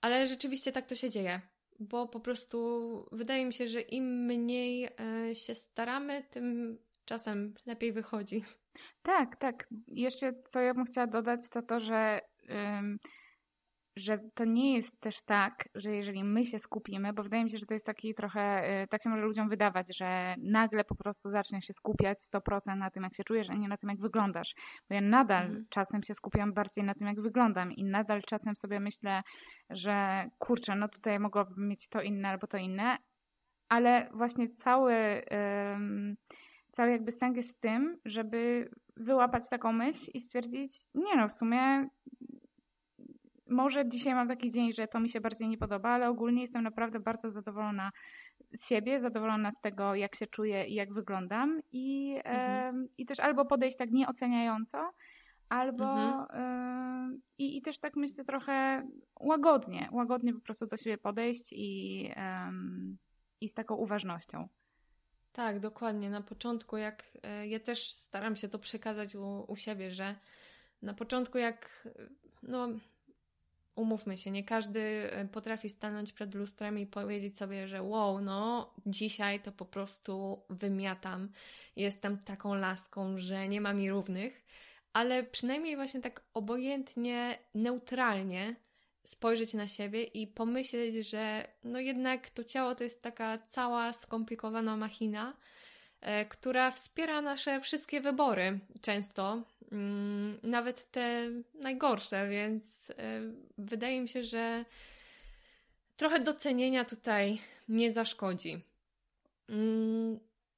ale rzeczywiście tak to się dzieje, bo po prostu wydaje mi się, że im mniej e, się staramy, tym czasem lepiej wychodzi. Tak, tak. Jeszcze co ja bym chciała dodać, to to, że, ym, że to nie jest też tak, że jeżeli my się skupimy, bo wydaje mi się, że to jest taki trochę, y, tak się może ludziom wydawać, że nagle po prostu zaczniesz się skupiać sto procent na tym, jak się czujesz, a nie na tym, jak wyglądasz. Bo ja nadal Mhm. czasem się skupiam bardziej na tym, jak wyglądam i nadal czasem sobie myślę, że kurczę, no tutaj mogłabym mieć to inne albo to inne, ale właśnie cały... Ym, Cały jakby sęk jest w tym, żeby wyłapać taką myśl i stwierdzić, nie no, w sumie może dzisiaj mam taki dzień, że to mi się bardziej nie podoba, ale ogólnie jestem naprawdę bardzo zadowolona z siebie, zadowolona z tego, jak się czuję i jak wyglądam i, mhm. e, i też albo podejść tak nieoceniająco, albo mhm. e, i, i też tak myślę trochę łagodnie, łagodnie po prostu do siebie podejść i, e, i z taką uważnością. Tak, dokładnie. Na początku, jak ja też staram się to przekazać u, u siebie, że na początku jak, no umówmy się, nie każdy potrafi stanąć przed lustrem i powiedzieć sobie, że wow, no dzisiaj to po prostu wymiatam, jestem taką laską, że nie ma mi równych, ale przynajmniej właśnie tak obojętnie, neutralnie spojrzeć na siebie i pomyśleć, że no jednak to ciało to jest taka cała skomplikowana machina, e, która wspiera nasze wszystkie wybory często, mm, nawet te najgorsze, więc e, wydaje mi się, że trochę docenienia tutaj nie zaszkodzi. Mm.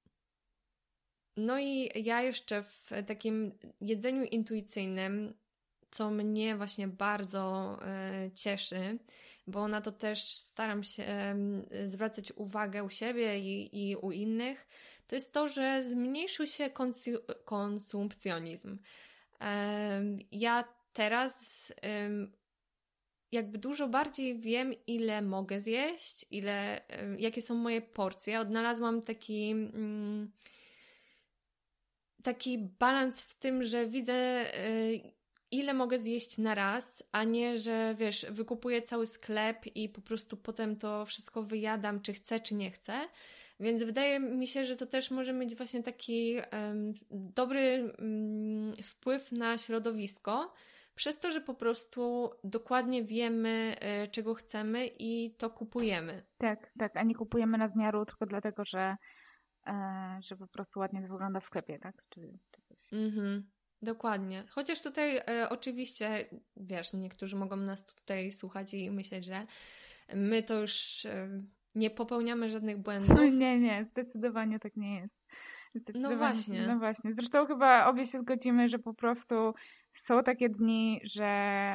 No i ja jeszcze w takim jedzeniu intuicyjnym, co mnie właśnie bardzo e, cieszy, bo na to też staram się e, zwracać uwagę u siebie i, i u innych, to jest to, że zmniejszył się konsu- konsumpcjonizm. E, ja teraz e, jakby dużo bardziej wiem, ile mogę zjeść, ile, e, jakie są moje porcje. Odnalazłam taki... Mm, taki balans w tym, że widzę... E, ile mogę zjeść na raz, a nie, że wiesz, wykupuję cały sklep i po prostu potem to wszystko wyjadam, czy chcę, czy nie chcę. Więc wydaje mi się, że to też może mieć właśnie taki um, dobry um, wpływ na środowisko, przez to, że po prostu dokładnie wiemy, y, czego chcemy i to kupujemy. Tak, tak, a nie kupujemy nadmiaru tylko dlatego, że, e, że po prostu ładnie to wygląda w sklepie, tak? Czy, czy coś. Mhm. Dokładnie. Chociaż tutaj e, oczywiście, wiesz, niektórzy mogą nas tutaj słuchać i myśleć, że my to już e, nie popełniamy żadnych błędów. Nie, nie, zdecydowanie tak nie jest. No właśnie. No właśnie. Zresztą chyba obie się zgodzimy, że po prostu są takie dni, że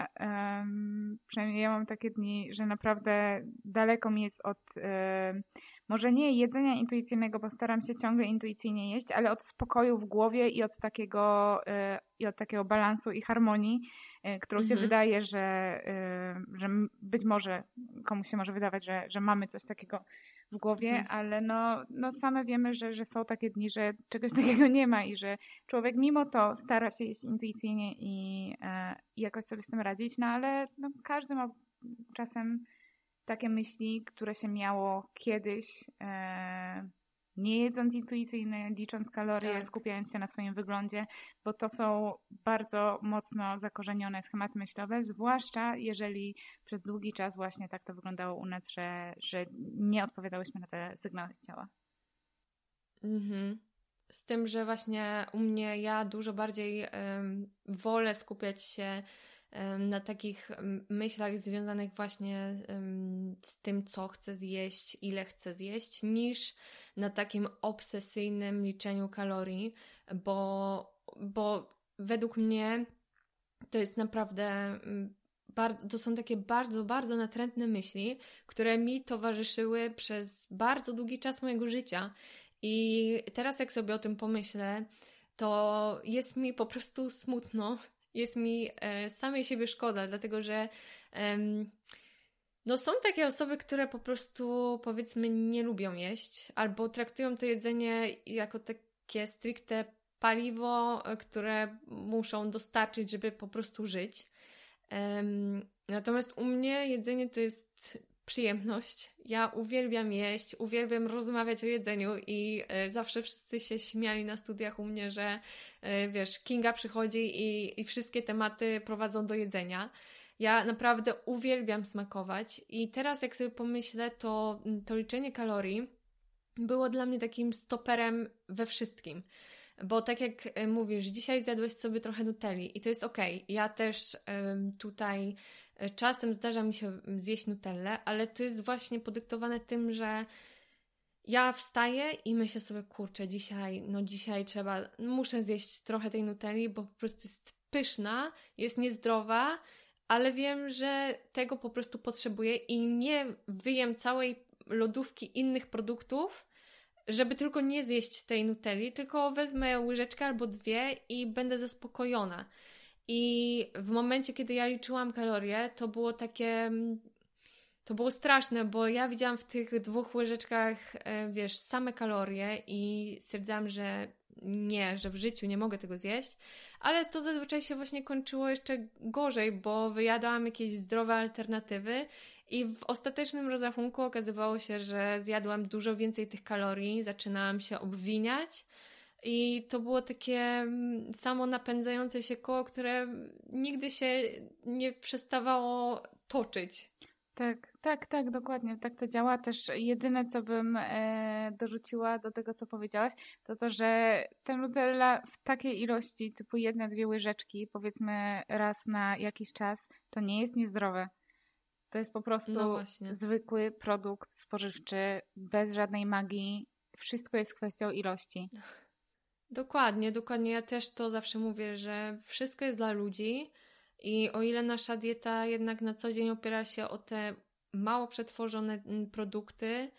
um, przynajmniej ja mam takie dni, że naprawdę daleko mi jest od um, może nie jedzenia intuicyjnego, bo staram się ciągle intuicyjnie jeść, ale od spokoju w głowie i od takiego, y, i od takiego balansu i harmonii, y, którą mhm. się wydaje, że, y, że być może komuś się może wydawać, że, że mamy coś takiego w głowie, mhm. ale no, no same wiemy, że, że są takie dni, że czegoś takiego nie ma i że człowiek mimo to stara się jeść intuicyjnie i, y, i jakoś sobie z tym radzić, no ale no, każdy ma czasem takie myśli, które się miało kiedyś, e, nie jedząc intuicyjnie, licząc kalorie, tak. skupiając się na swoim wyglądzie, bo to są bardzo mocno zakorzenione schematy myślowe, zwłaszcza jeżeli przez długi czas właśnie tak to wyglądało u nas, że, że nie odpowiadałyśmy na te sygnały z ciała. Mhm. Z tym, że właśnie u mnie ja dużo bardziej um, wolę skupiać się na takich myślach związanych właśnie z tym, co chcę zjeść, ile chcę zjeść, niż na takim obsesyjnym liczeniu kalorii, bo, bo według mnie to jest naprawdę bardzo, to są takie bardzo, bardzo natrętne myśli, które mi towarzyszyły przez bardzo długi czas mojego życia. I teraz jak sobie o tym pomyślę, to jest mi po prostu smutno. Jest mi e, samej siebie szkoda, dlatego że e, no są takie osoby, które po prostu powiedzmy nie lubią jeść albo traktują to jedzenie jako takie stricte paliwo, które muszą dostarczyć, żeby po prostu żyć. Um, natomiast u mnie jedzenie to jest przyjemność. Ja uwielbiam jeść, uwielbiam rozmawiać o jedzeniu i e, zawsze wszyscy się śmiali na studiach u mnie, że e, wiesz, Kinga przychodzi i, i wszystkie tematy prowadzą do jedzenia. Ja naprawdę uwielbiam smakować i teraz jak sobie pomyślę, to to liczenie kalorii było dla mnie takim stoperem we wszystkim. Bo tak jak mówisz, dzisiaj zjadłeś sobie trochę nutelli i to jest okej. Ja też um, tutaj czasem zdarza mi się zjeść nutellę, ale to jest właśnie podyktowane tym, że ja wstaję i myślę sobie, kurczę, dzisiaj, no dzisiaj trzeba, muszę zjeść trochę tej nutelli, bo po prostu jest pyszna, jest niezdrowa, ale wiem, że tego po prostu potrzebuję i nie wyjem całej lodówki innych produktów, żeby tylko nie zjeść tej nutelli, tylko wezmę łyżeczkę albo dwie i będę zaspokojona. I w momencie, kiedy ja liczyłam kalorie, to było takie, to było straszne, bo ja widziałam w tych dwóch łyżeczkach, wiesz, same kalorie i stwierdzałam, że nie, że w życiu nie mogę tego zjeść, ale to zazwyczaj się właśnie kończyło jeszcze gorzej, bo wyjadałam jakieś zdrowe alternatywy i w ostatecznym rozrachunku okazywało się, że zjadłam dużo więcej tych kalorii, zaczynałam się obwiniać i to było takie samo napędzające się koło, które nigdy się nie przestawało toczyć. Tak, tak, tak, dokładnie. Tak to działa. Też jedyne, co bym e, dorzuciła do tego, co powiedziałaś, to to, że ta nutella w takiej ilości, typu jedna, dwie łyżeczki, powiedzmy raz na jakiś czas, to nie jest niezdrowe. To jest po prostu no zwykły produkt spożywczy, bez żadnej magii. Wszystko jest kwestią ilości. Dokładnie, dokładnie. Ja też to zawsze mówię, że wszystko jest dla ludzi i o ile nasza dieta jednak na co dzień opiera się o te mało przetworzone produkty,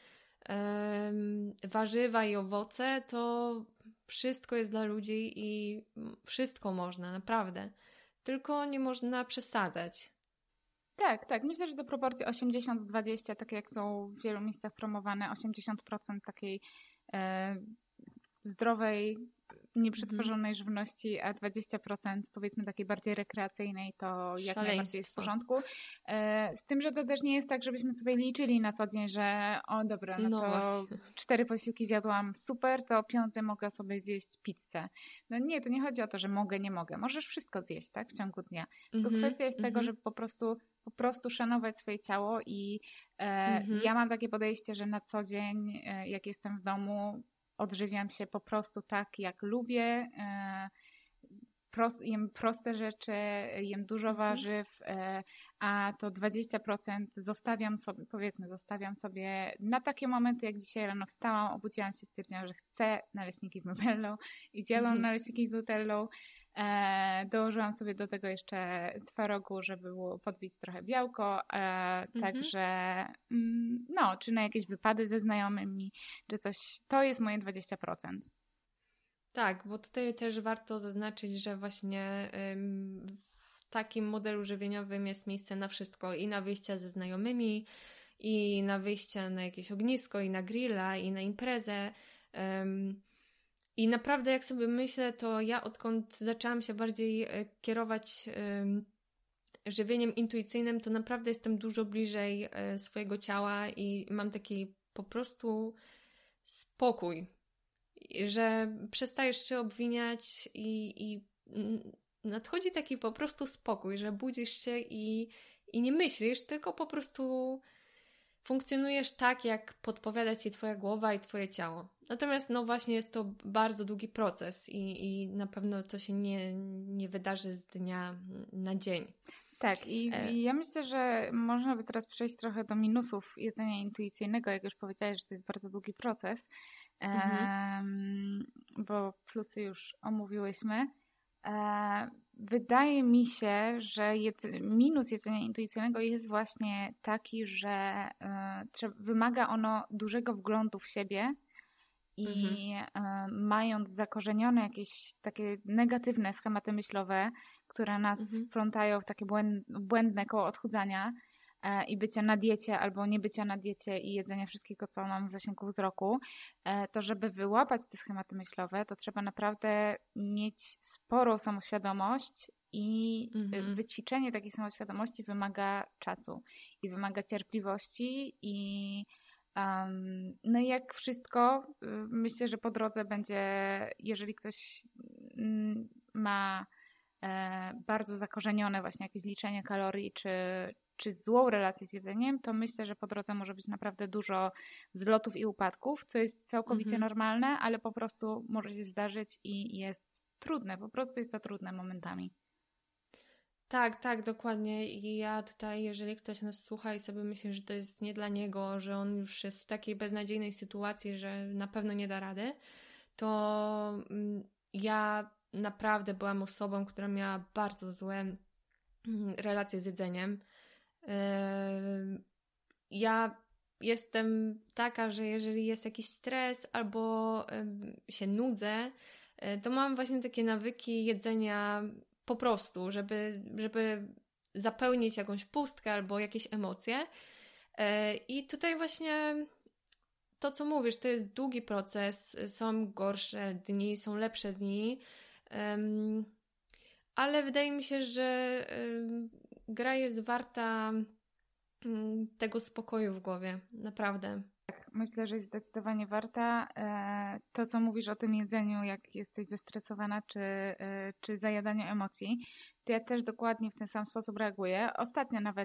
um, warzywa i owoce, to wszystko jest dla ludzi i wszystko można, naprawdę. Tylko nie można przesadzać. Tak, tak. Myślę, że te proporcje osiemdziesiąt dwadzieścia, takie jak są w wielu miejscach promowane, osiemdziesiąt procent takiej e, zdrowej, nieprzetworzonej żywności, a dwadzieścia procent powiedzmy takiej bardziej rekreacyjnej, to jak najbardziej jest w porządku. E, z tym, że to też nie jest tak, żebyśmy sobie liczyli na co dzień, że o dobra, no, no to właśnie. cztery posiłki zjadłam, super, to piąty mogę sobie zjeść pizzę. No nie, to nie chodzi o to, że mogę, nie mogę. Możesz wszystko zjeść, tak, w ciągu dnia. Tylko Mm-hmm, kwestia jest mm-hmm. tego, żeby po prostu po prostu szanować swoje ciało i e, mm-hmm. ja mam takie podejście, że na co dzień, e, jak jestem w domu, odżywiam się po prostu tak, jak lubię. E, prost, jem proste rzeczy, jem dużo mhm. warzyw, e, a to dwadzieścia procent zostawiam sobie, powiedzmy, zostawiam sobie na takie momenty, jak dzisiaj rano wstałam, obudziłam się, stwierdziłam, że chcę naleśniki z nutellą i zjadłam mhm. naleśniki z nutellą. E, dołożyłam sobie do tego jeszcze twarogu, żeby było podbić trochę białko, e, mhm. także mm, no, czy na jakieś wypady ze znajomymi, czy coś, to jest moje dwadzieścia procent. Tak, bo tutaj też warto zaznaczyć, że właśnie ym, w takim modelu żywieniowym jest miejsce na wszystko i na wyjścia ze znajomymi, i na wyjścia na jakieś ognisko, i na grilla, i na imprezę. Ym, I naprawdę jak sobie myślę, to ja odkąd zaczęłam się bardziej kierować ym, żywieniem intuicyjnym, to naprawdę jestem dużo bliżej y, swojego ciała i mam taki po prostu spokój, że przestajesz się obwiniać i, i nadchodzi taki po prostu spokój, że budzisz się i, i nie myślisz, tylko po prostu funkcjonujesz tak, jak podpowiada ci twoja głowa i twoje ciało. Natomiast no właśnie jest to bardzo długi proces i, i na pewno to się nie, nie wydarzy z dnia na dzień. Tak, i, e... i ja myślę, że można by teraz przejść trochę do minusów jedzenia intuicyjnego, jak już powiedziałeś, że to jest bardzo długi proces, mhm. um, bo plusy już omówiłyśmy. E, wydaje mi się, że jedz- minus jedzenia intuicyjnego jest właśnie taki, że e, trze- wymaga ono dużego wglądu w siebie i mhm. e, mając zakorzenione jakieś takie negatywne schematy myślowe, które nas mhm. wplątają w takie błęd- błędne koło odchudzania e, i bycia na diecie albo nie bycia na diecie i jedzenia wszystkiego, co mam w zasięgu wzroku, e, to żeby wyłapać te schematy myślowe, to trzeba naprawdę mieć sporą samoświadomość I Mhm. wyćwiczenie takiej samoświadomości wymaga czasu i wymaga cierpliwości i um, no i jak wszystko, y, myślę, że po drodze będzie, jeżeli ktoś mm, ma e, bardzo zakorzenione właśnie jakieś liczenie kalorii czy, czy złą relację z jedzeniem, to myślę, że po drodze może być naprawdę dużo wzlotów i upadków, co jest całkowicie Mhm. normalne, ale po prostu może się zdarzyć i jest trudne, po prostu jest to trudne momentami. Tak, tak, dokładnie. I ja tutaj, jeżeli ktoś nas słucha i sobie myśli, że to jest nie dla niego, że on już jest w takiej beznadziejnej sytuacji, że na pewno nie da rady, to mm, ja naprawdę byłam osobą, która miała bardzo złe mm, relacje z jedzeniem. Yy, Ja jestem taka, że jeżeli jest jakiś stres albo ym, się nudzę, y, to mam właśnie takie nawyki jedzenia po prostu, żeby, żeby zapełnić jakąś pustkę albo jakieś emocje. Y, I tutaj właśnie to, co mówisz, to jest długi proces. Są gorsze dni, są lepsze dni, ym, ale wydaje mi się, że ym, gra jest warta ym, tego spokoju w głowie. Naprawdę. Myślę, że jest zdecydowanie warta. E, To, co mówisz o tym jedzeniu, jak jesteś zestresowana, czy, e, czy zajadaniu emocji, to ja też dokładnie w ten sam sposób reaguję. Ostatnio nawet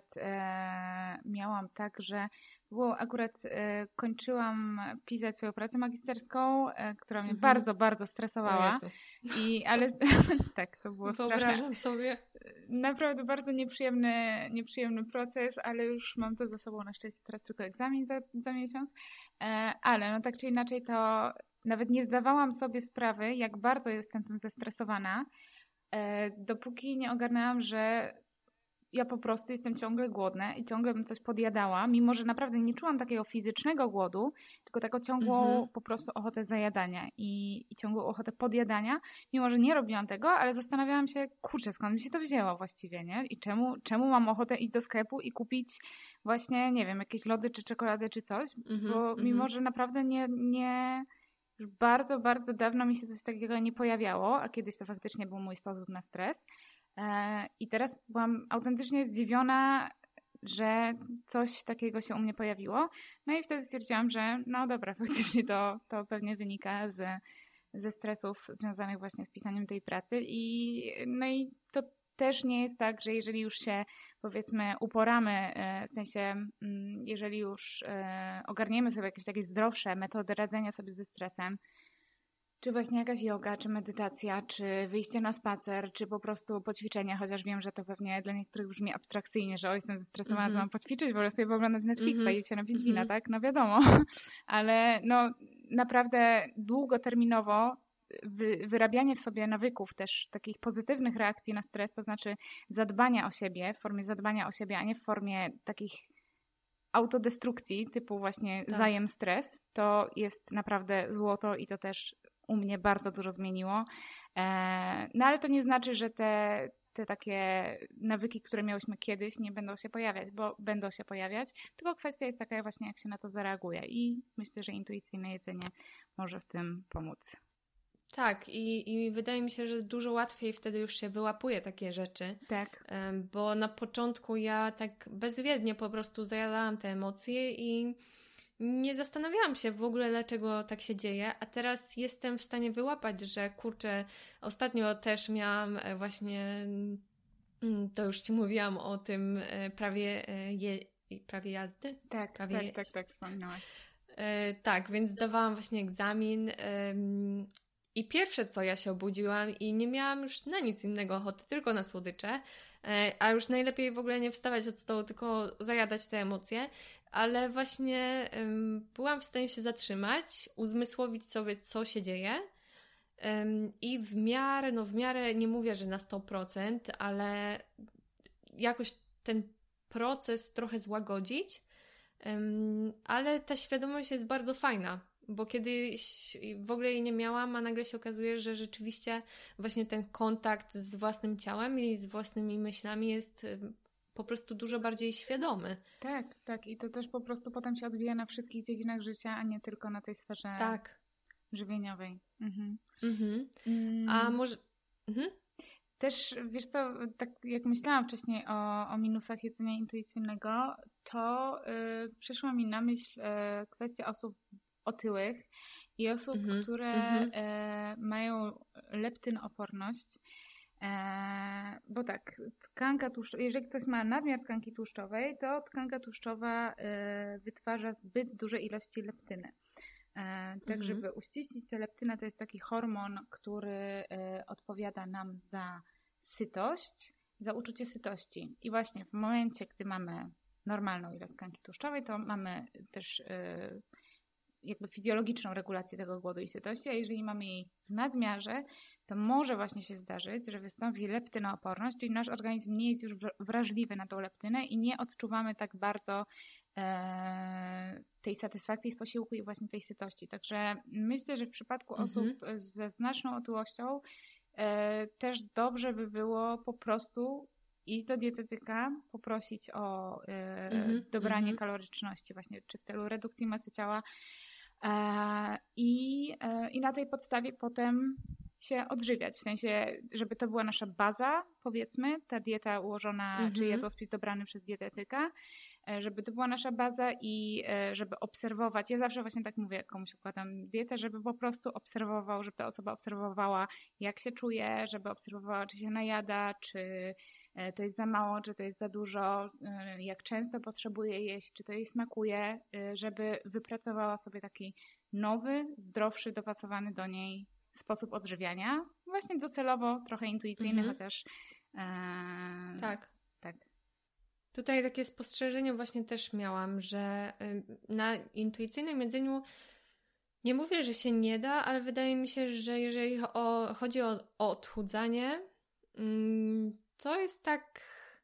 e, miałam tak, że było akurat e, kończyłam pisać swoją pracę magisterską, e, która mnie Mhm. bardzo, bardzo O stresowała. Jezu. I, ale tak, to było straszne. Wyobrażam sobie. Naprawdę bardzo nieprzyjemny, nieprzyjemny proces, ale już mam to za sobą, na szczęście teraz tylko egzamin za, za miesiąc. E, ale no tak czy inaczej to nawet nie zdawałam sobie sprawy, jak bardzo jestem tym zestresowana, e, dopóki nie ogarnęłam, że ja po prostu jestem ciągle głodna i ciągle bym coś podjadała, mimo że naprawdę nie czułam takiego fizycznego głodu, tylko taką ciągłą Mhm. po prostu ochotę zajadania i, i ciągłą ochotę podjadania, mimo że nie robiłam tego, ale zastanawiałam się, kurczę, skąd mi się to wzięło właściwie, nie? I czemu, czemu mam ochotę iść do sklepu i kupić właśnie, nie wiem, jakieś lody czy czekoladę czy coś, Mhm, bo mhm. mimo, że naprawdę nie, nie, już bardzo, bardzo dawno mi się coś takiego nie pojawiało, a kiedyś to faktycznie był mój sposób na stres. E, I teraz byłam autentycznie zdziwiona, że coś takiego się u mnie pojawiło. No i wtedy stwierdziłam, że no dobra, faktycznie to, to pewnie wynika z, ze stresów związanych właśnie z pisaniem tej pracy. I, no i to też nie jest tak, że jeżeli już się powiedzmy uporamy, e, w sensie mm, jeżeli już e, ogarniemy sobie jakieś takie zdrowsze metody radzenia sobie ze stresem, czy właśnie jakaś joga, czy medytacja, czy wyjście na spacer, czy po prostu poćwiczenia, chociaż wiem, że to pewnie dla niektórych brzmi abstrakcyjnie, że o, jestem zestresowana, Mhm. to mam poćwiczyć, wolę sobie pooglądać Netflixa Mhm. i się napić wina, Mhm. tak? No wiadomo. Ale no naprawdę długoterminowo wy, wyrabianie w sobie nawyków też takich pozytywnych reakcji na stres, to znaczy zadbania o siebie, w formie zadbania o siebie, a nie w formie takich autodestrukcji, typu właśnie Tak. zajem stres, to jest naprawdę złoto i to też u mnie bardzo dużo zmieniło. E, no ale to nie znaczy, że te, te takie nawyki, które miałyśmy kiedyś, nie będą się pojawiać, bo będą się pojawiać, tylko kwestia jest taka właśnie, jak się na to zareaguje i myślę, że intuicyjne jedzenie może w tym pomóc. Tak, i, i wydaje mi się, że dużo łatwiej wtedy już się wyłapuje takie rzeczy, Tak. em, bo na początku ja tak bezwiednie po prostu zajadałam te emocje i nie zastanawiałam się w ogóle, dlaczego tak się dzieje, a teraz jestem w stanie wyłapać, że kurczę, ostatnio też miałam e, właśnie, mm, to już Ci mówiłam o tym e, prawie, e, je, prawie jazdy. Tak, Prawie tak, jeść. tak, tak, wspominałaś. E, tak, więc zdawałam właśnie egzamin em, i pierwsze co, ja się obudziłam i nie miałam już na nic innego ochoty, tylko na słodycze, e, a już najlepiej w ogóle nie wstawać od stołu, tylko zajadać te emocje, ale właśnie em, byłam w stanie się zatrzymać, uzmysłowić sobie, co się dzieje em, i w miarę, no w miarę, nie mówię, że na sto procent, ale jakoś ten proces trochę złagodzić. Um, ale ta świadomość jest bardzo fajna, bo kiedyś w ogóle jej nie miałam, a nagle się okazuje, że rzeczywiście właśnie ten kontakt z własnym ciałem i z własnymi myślami jest um, po prostu dużo bardziej świadomy. Tak, tak. I to też po prostu potem się odbija na wszystkich dziedzinach życia, a nie tylko na tej sferze Tak. żywieniowej. Mhm. Mhm. Mm. A może... Mhm. Też, wiesz co, tak jak myślałam wcześniej o, o minusach jedzenia intuicyjnego, to y, przyszła mi na myśl y, kwestia osób otyłych i osób, Mhm, które mhm. y, mają leptynooporność. E, bo tak, tkanka tłuszczowa, jeżeli ktoś ma nadmiar tkanki tłuszczowej, to tkanka tłuszczowa y, wytwarza zbyt duże ilości leptyny. E, tak, Mhm. żeby uściślić tę leptynę, to jest taki hormon, który e, odpowiada nam za sytość, za uczucie sytości. I właśnie w momencie, gdy mamy normalną ilość tkanki tłuszczowej, to mamy też e, jakby fizjologiczną regulację tego głodu i sytości, a jeżeli mamy jej w nadmiarze, to może właśnie się zdarzyć, że wystąpi leptynooporność, czyli nasz organizm nie jest już wrażliwy na tą leptynę i nie odczuwamy tak bardzo e, tej satysfakcji z posiłku i właśnie tej sytości. Także myślę, że w przypadku Mhm. osób ze znaczną otyłością e, też dobrze by było po prostu iść do dietetyka, poprosić o e, Mhm, dobranie mhm. kaloryczności właśnie, czy w celu redukcji masy ciała e, i, e, i na tej podstawie potem się odżywiać, w sensie, żeby to była nasza baza, powiedzmy, ta dieta ułożona, Mhm. czy jadłospis dobrany przez dietetyka, e, żeby to była nasza baza i e, żeby obserwować, ja zawsze właśnie tak mówię, jak komuś układam dietę, żeby po prostu obserwował, żeby ta osoba obserwowała, jak się czuje, żeby obserwowała, czy się najada, czy e, to jest za mało, czy to jest za dużo, e, jak często potrzebuje jeść, czy to jej smakuje, e, żeby wypracowała sobie taki nowy, zdrowszy, dopasowany do niej sposób odżywiania, właśnie docelowo trochę intuicyjny, Mhm. chociaż e, Tak. tak. Tutaj takie spostrzeżenie właśnie też miałam, że y, na intuicyjnym jedzeniu nie mówię, że się nie da, ale wydaje mi się, że jeżeli o, chodzi o, o odchudzanie, mm, to jest tak...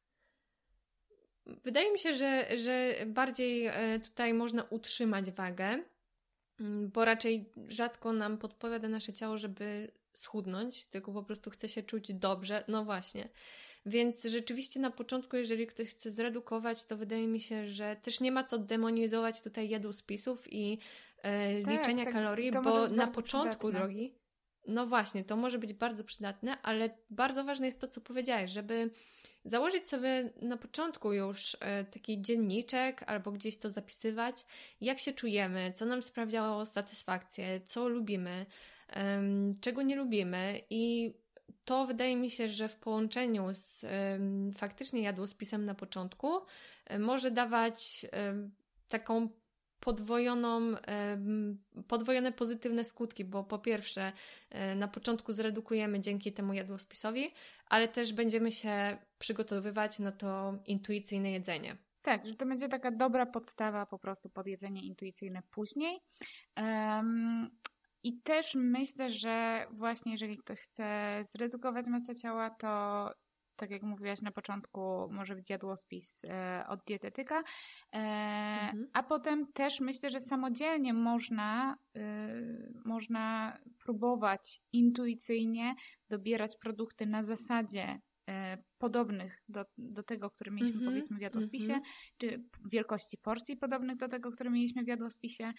Wydaje mi się, że, że bardziej e, tutaj można utrzymać wagę, mm, bo raczej rzadko nam podpowiada nasze ciało, żeby schudnąć, tylko po prostu chce się czuć dobrze. No właśnie. Więc rzeczywiście na początku, jeżeli ktoś chce zredukować, to wydaje mi się, że też nie ma co demonizować tutaj jadłospisów i e, Tak, liczenia tak, kalorii, to może bo być na bardzo początku przydatne. drogi, no właśnie, to może być bardzo przydatne, ale bardzo ważne jest to, co powiedziałeś, żeby założyć sobie na początku już e, taki dzienniczek albo gdzieś to zapisywać, jak się czujemy, co nam sprawiało satysfakcję, co lubimy, em, czego nie lubimy i to wydaje mi się, że w połączeniu z em, faktycznie jadłospisem na początku e, może dawać em, taką podwojoną, em, podwojone pozytywne skutki, bo po pierwsze e, na początku zredukujemy dzięki temu jadłospisowi, ale też będziemy się przygotowywać na to intuicyjne jedzenie. Tak, że to będzie taka dobra podstawa po prostu pod jedzenie intuicyjne później. Um, I też myślę, że właśnie jeżeli ktoś chce zredukować masę ciała, to tak jak mówiłaś na początku, może być jadłospis e, od dietetyka, e, Mhm. a potem też myślę, że samodzielnie można, e, można próbować intuicyjnie dobierać produkty na zasadzie e, podobnych do, do tego, który mieliśmy Mhm, powiedzmy w jadłospisie, mhm. czy wielkości porcji podobnych do tego, który mieliśmy w jadłospisie,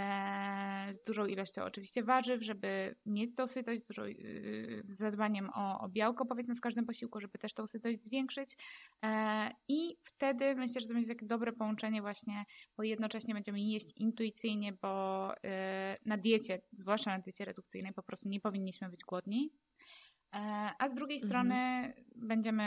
e, z dużą ilością oczywiście warzyw, żeby mieć tą sytość, z, dużą, y, z zadbaniem o, o białko powiedzmy w każdym posiłku, żeby też tą sytość zwiększyć e, i wtedy myślę, że to będzie takie dobre połączenie właśnie, bo jednocześnie będziemy jeść intuicyjnie, bo y, na diecie, zwłaszcza na diecie redukcyjnej po prostu nie powinniśmy być głodni. A z drugiej Mhm. strony będziemy,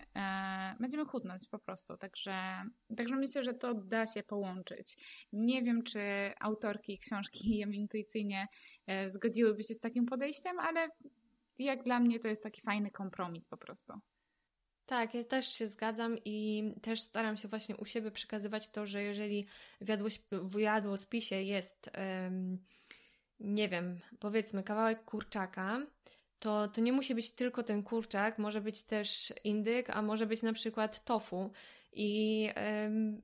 e, będziemy chudnąć po prostu, także, także myślę, że to da się połączyć. Nie wiem, czy autorki książki Jem Intuicyjnie e, zgodziłyby się z takim podejściem, ale jak dla mnie to jest taki fajny kompromis po prostu. Tak, ja też się zgadzam i też staram się właśnie u siebie przekazywać to, że jeżeli w, jadłoś- w jadłospisie jest, em, nie wiem, powiedzmy kawałek kurczaka, to, to nie musi być tylko ten kurczak, może być też indyk, a może być na przykład tofu. I em,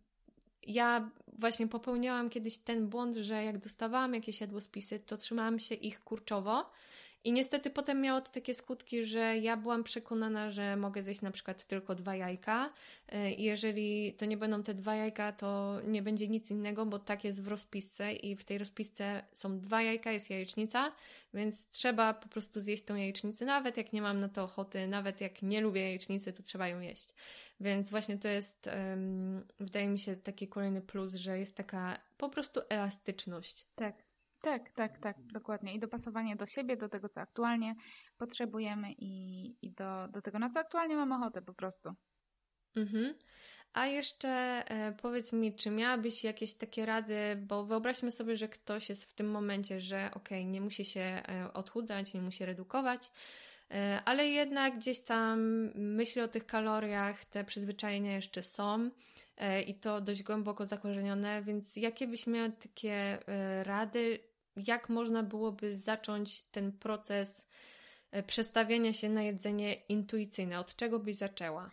ja właśnie popełniałam kiedyś ten błąd, że jak dostawałam jakieś jadłospisy, to trzymałam się ich kurczowo I niestety potem miało to takie skutki, że ja byłam przekonana, że mogę zjeść na przykład tylko dwa jajka i jeżeli to nie będą te dwa jajka, to nie będzie nic innego, bo tak jest w rozpisce i w tej rozpisce są dwa jajka, jest jajecznica, więc trzeba po prostu zjeść tą jajecznicę, nawet jak nie mam na to ochoty, nawet jak nie lubię jajecznicy, to trzeba ją jeść. Więc właśnie to jest, um, wydaje mi się, taki kolejny plus, że jest taka po prostu elastyczność. Tak. Tak, tak, tak, dokładnie. I dopasowanie do siebie, do tego, co aktualnie potrzebujemy i, i do, do tego, na co aktualnie mamy ochotę po prostu. Mhm. A jeszcze e, powiedz mi, czy miałabyś jakieś takie rady, bo wyobraźmy sobie, że ktoś jest w tym momencie, że okej, nie musi się e, odchudzać, nie musi redukować, e, ale jednak gdzieś tam myśli o tych kaloriach, te przyzwyczajenia jeszcze są e, i to dość głęboko zakorzenione, więc jakie byś miała takie e, rady, jak można byłoby zacząć ten proces przestawiania się na jedzenie intuicyjne? Od czego byś zaczęła?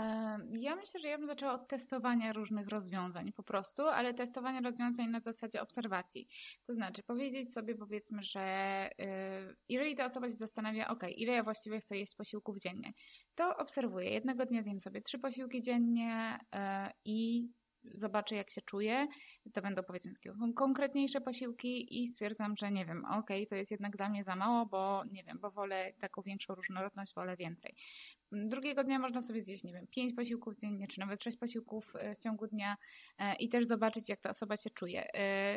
Ja myślę, że ja bym zaczęła od testowania różnych rozwiązań po prostu, ale testowania rozwiązań na zasadzie obserwacji. To znaczy powiedzieć sobie, powiedzmy, że yy, jeżeli ta osoba się zastanawia, ok, ile ja właściwie chcę jeść posiłków dziennie, to obserwuję. Jednego dnia zjem sobie trzy posiłki dziennie yy, i zobaczę, jak się czuję. To będą, powiedzmy, takie konkretniejsze posiłki i stwierdzam, że nie wiem, okej, okay, to jest jednak dla mnie za mało, bo nie wiem, bo wolę taką większą różnorodność, wolę więcej. Drugiego dnia można sobie zjeść, nie wiem, pięć posiłków dziennie, czy nawet sześć posiłków w ciągu dnia i też zobaczyć, jak ta osoba się czuje.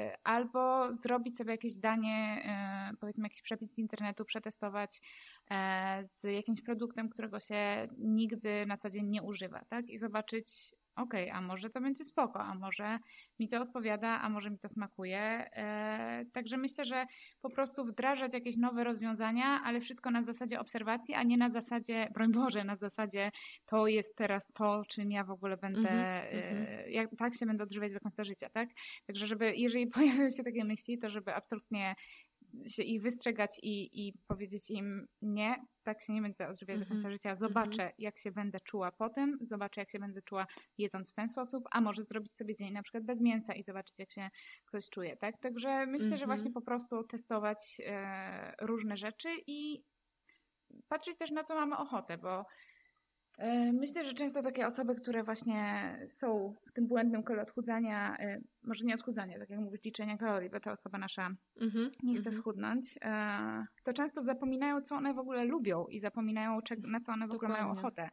Albo zrobić sobie jakieś danie, powiedzmy jakiś przepis z internetu, przetestować z jakimś produktem, którego się nigdy na co dzień nie używa, tak? I zobaczyć, okej, okay, a może to będzie spoko, a może mi to odpowiada, a może mi to smakuje. E, także myślę, że po prostu wdrażać jakieś nowe rozwiązania, ale wszystko na zasadzie obserwacji, a nie na zasadzie, broń Boże, na zasadzie to jest teraz to, czym ja w ogóle będę, mm-hmm. e, jak, tak się będę odżywiać do końca życia, tak? Także żeby, jeżeli pojawiają się takie myśli, to żeby absolutnie się ich wystrzegać i, i powiedzieć im nie, tak się nie będę odżywiać mm-hmm. do końca życia, zobaczę mm-hmm. jak się będę czuła po tym, zobaczę jak się będę czuła jedząc w ten sposób, a może zrobić sobie dzień na przykład bez mięsa i zobaczyć jak się ktoś czuje, tak? Także myślę, mm-hmm. że właśnie po prostu testować e, różne rzeczy i patrzeć też na co mamy ochotę, bo myślę, że często takie osoby, które właśnie są w tym błędnym kole odchudzania, może nie odchudzania, tak jak mówisz, liczenia kalorii, bo ta osoba nasza mm-hmm, nie chce mm-hmm. schudnąć, to często zapominają, co one w ogóle lubią i zapominają, na co one w ogóle mają ochotę.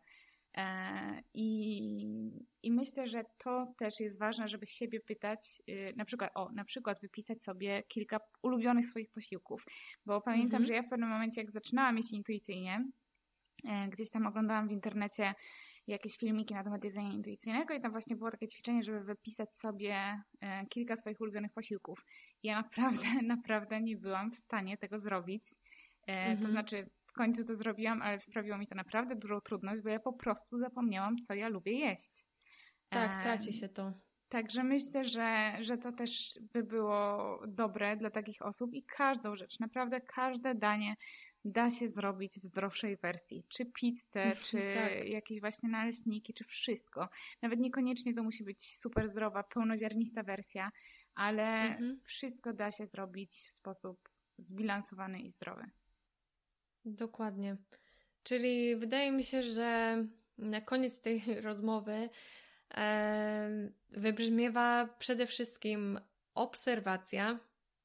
I, I myślę, że to też jest ważne, żeby siebie pytać, na przykład, o, na przykład wypisać sobie kilka ulubionych swoich posiłków, bo pamiętam, mm-hmm. że ja w pewnym momencie, jak zaczynałam jeść intuicyjnie, gdzieś tam oglądałam w internecie jakieś filmiki na temat jedzenia intuicyjnego i tam właśnie było takie ćwiczenie, żeby wypisać sobie kilka swoich ulubionych posiłków. I ja naprawdę, naprawdę nie byłam w stanie tego zrobić. Mhm. To znaczy w końcu to zrobiłam, ale sprawiło mi to naprawdę dużą trudność, bo ja po prostu zapomniałam, co ja lubię jeść. Tak, traci się to. Także myślę, że, że to też by było dobre dla takich osób i każdą rzecz, naprawdę każde danie da się zrobić w zdrowszej wersji. Czy pizzę, czy tak. jakieś właśnie naleśniki, czy wszystko. Nawet niekoniecznie to musi być super zdrowa, pełnoziarnista wersja, ale mhm. wszystko da się zrobić w sposób zbilansowany i zdrowy. Dokładnie. Czyli wydaje mi się, że na koniec tej rozmowy e, wybrzmiewa przede wszystkim obserwacja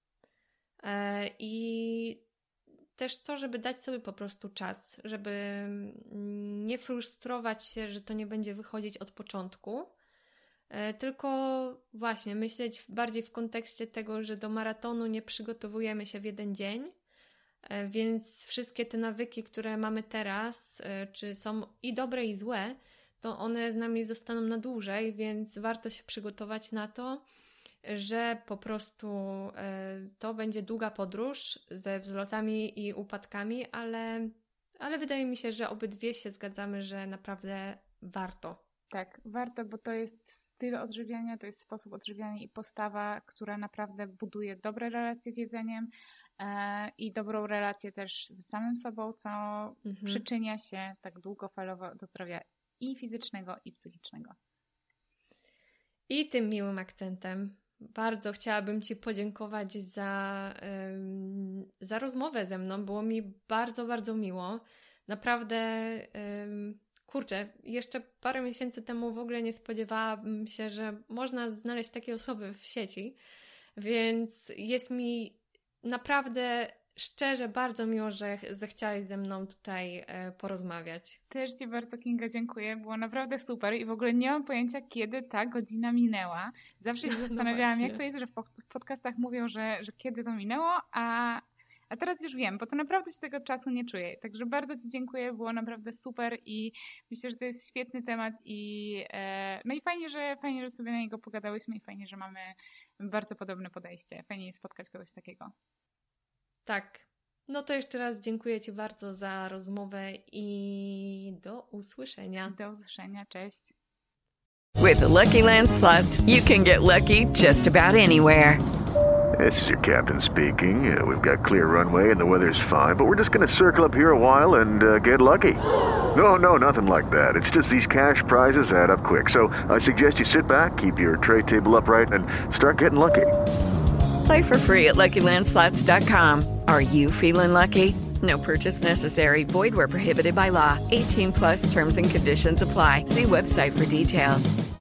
e, i też to, żeby dać sobie po prostu czas, żeby nie frustrować się, że to nie będzie wychodzić od początku, tylko właśnie myśleć bardziej w kontekście tego, że do maratonu nie przygotowujemy się w jeden dzień, więc wszystkie te nawyki, które mamy teraz, czy są i dobre, i złe, to one z nami zostaną na dłużej, więc warto się przygotować na to, że po prostu to będzie długa podróż ze wzlotami i upadkami, ale, ale wydaje mi się, że obydwie się zgadzamy, że naprawdę warto. Tak, warto, bo to jest styl odżywiania, to jest sposób odżywiania i postawa, która naprawdę buduje dobre relacje z jedzeniem e, i dobrą relację też ze samym sobą, co mhm. przyczynia się tak długofalowo do zdrowia i fizycznego, i psychicznego. I tym miłym akcentem bardzo chciałabym Ci podziękować za, um, za rozmowę ze mną. Było mi bardzo, bardzo miło. Naprawdę, um, kurczę, jeszcze parę miesięcy temu w ogóle nie spodziewałabym się, że można znaleźć takie osoby w sieci, więc jest mi naprawdę szczerze bardzo miło, że zechciałaś ze mną tutaj e, porozmawiać. Też Ci bardzo, Kinga, dziękuję. Było naprawdę super i w ogóle nie mam pojęcia, kiedy ta godzina minęła. Zawsze się zastanawiałam, no jak to jest, że w podcastach mówią, że, że kiedy to minęło, a, a teraz już wiem, bo to naprawdę się tego czasu nie czuję. Także bardzo Ci dziękuję, było naprawdę super i myślę, że to jest świetny temat i e, no i fajnie, że fajnie, że sobie na niego pogadałyśmy i fajnie, że mamy bardzo podobne podejście. Fajnie jest spotkać kogoś takiego. Tak. No to jeszcze raz dziękuję Ci bardzo za rozmowę i do usłyszenia. Do usłyszenia. Cześć. With the Lucky Land Slots, you can get lucky just about anywhere. This is your captain speaking. Uh, we've got clear runway and the weather's fine, but we're just going to circle up here a while and uh, get lucky. No, no, nothing like that. It's just these cash prizes add up quick. So I suggest you sit back, keep your tray table upright, and start getting lucky. Play for free at Lucky Land Slots dot com. Are you feeling lucky? No purchase necessary. Void where prohibited by law. eighteen plus terms and conditions apply. See website for details.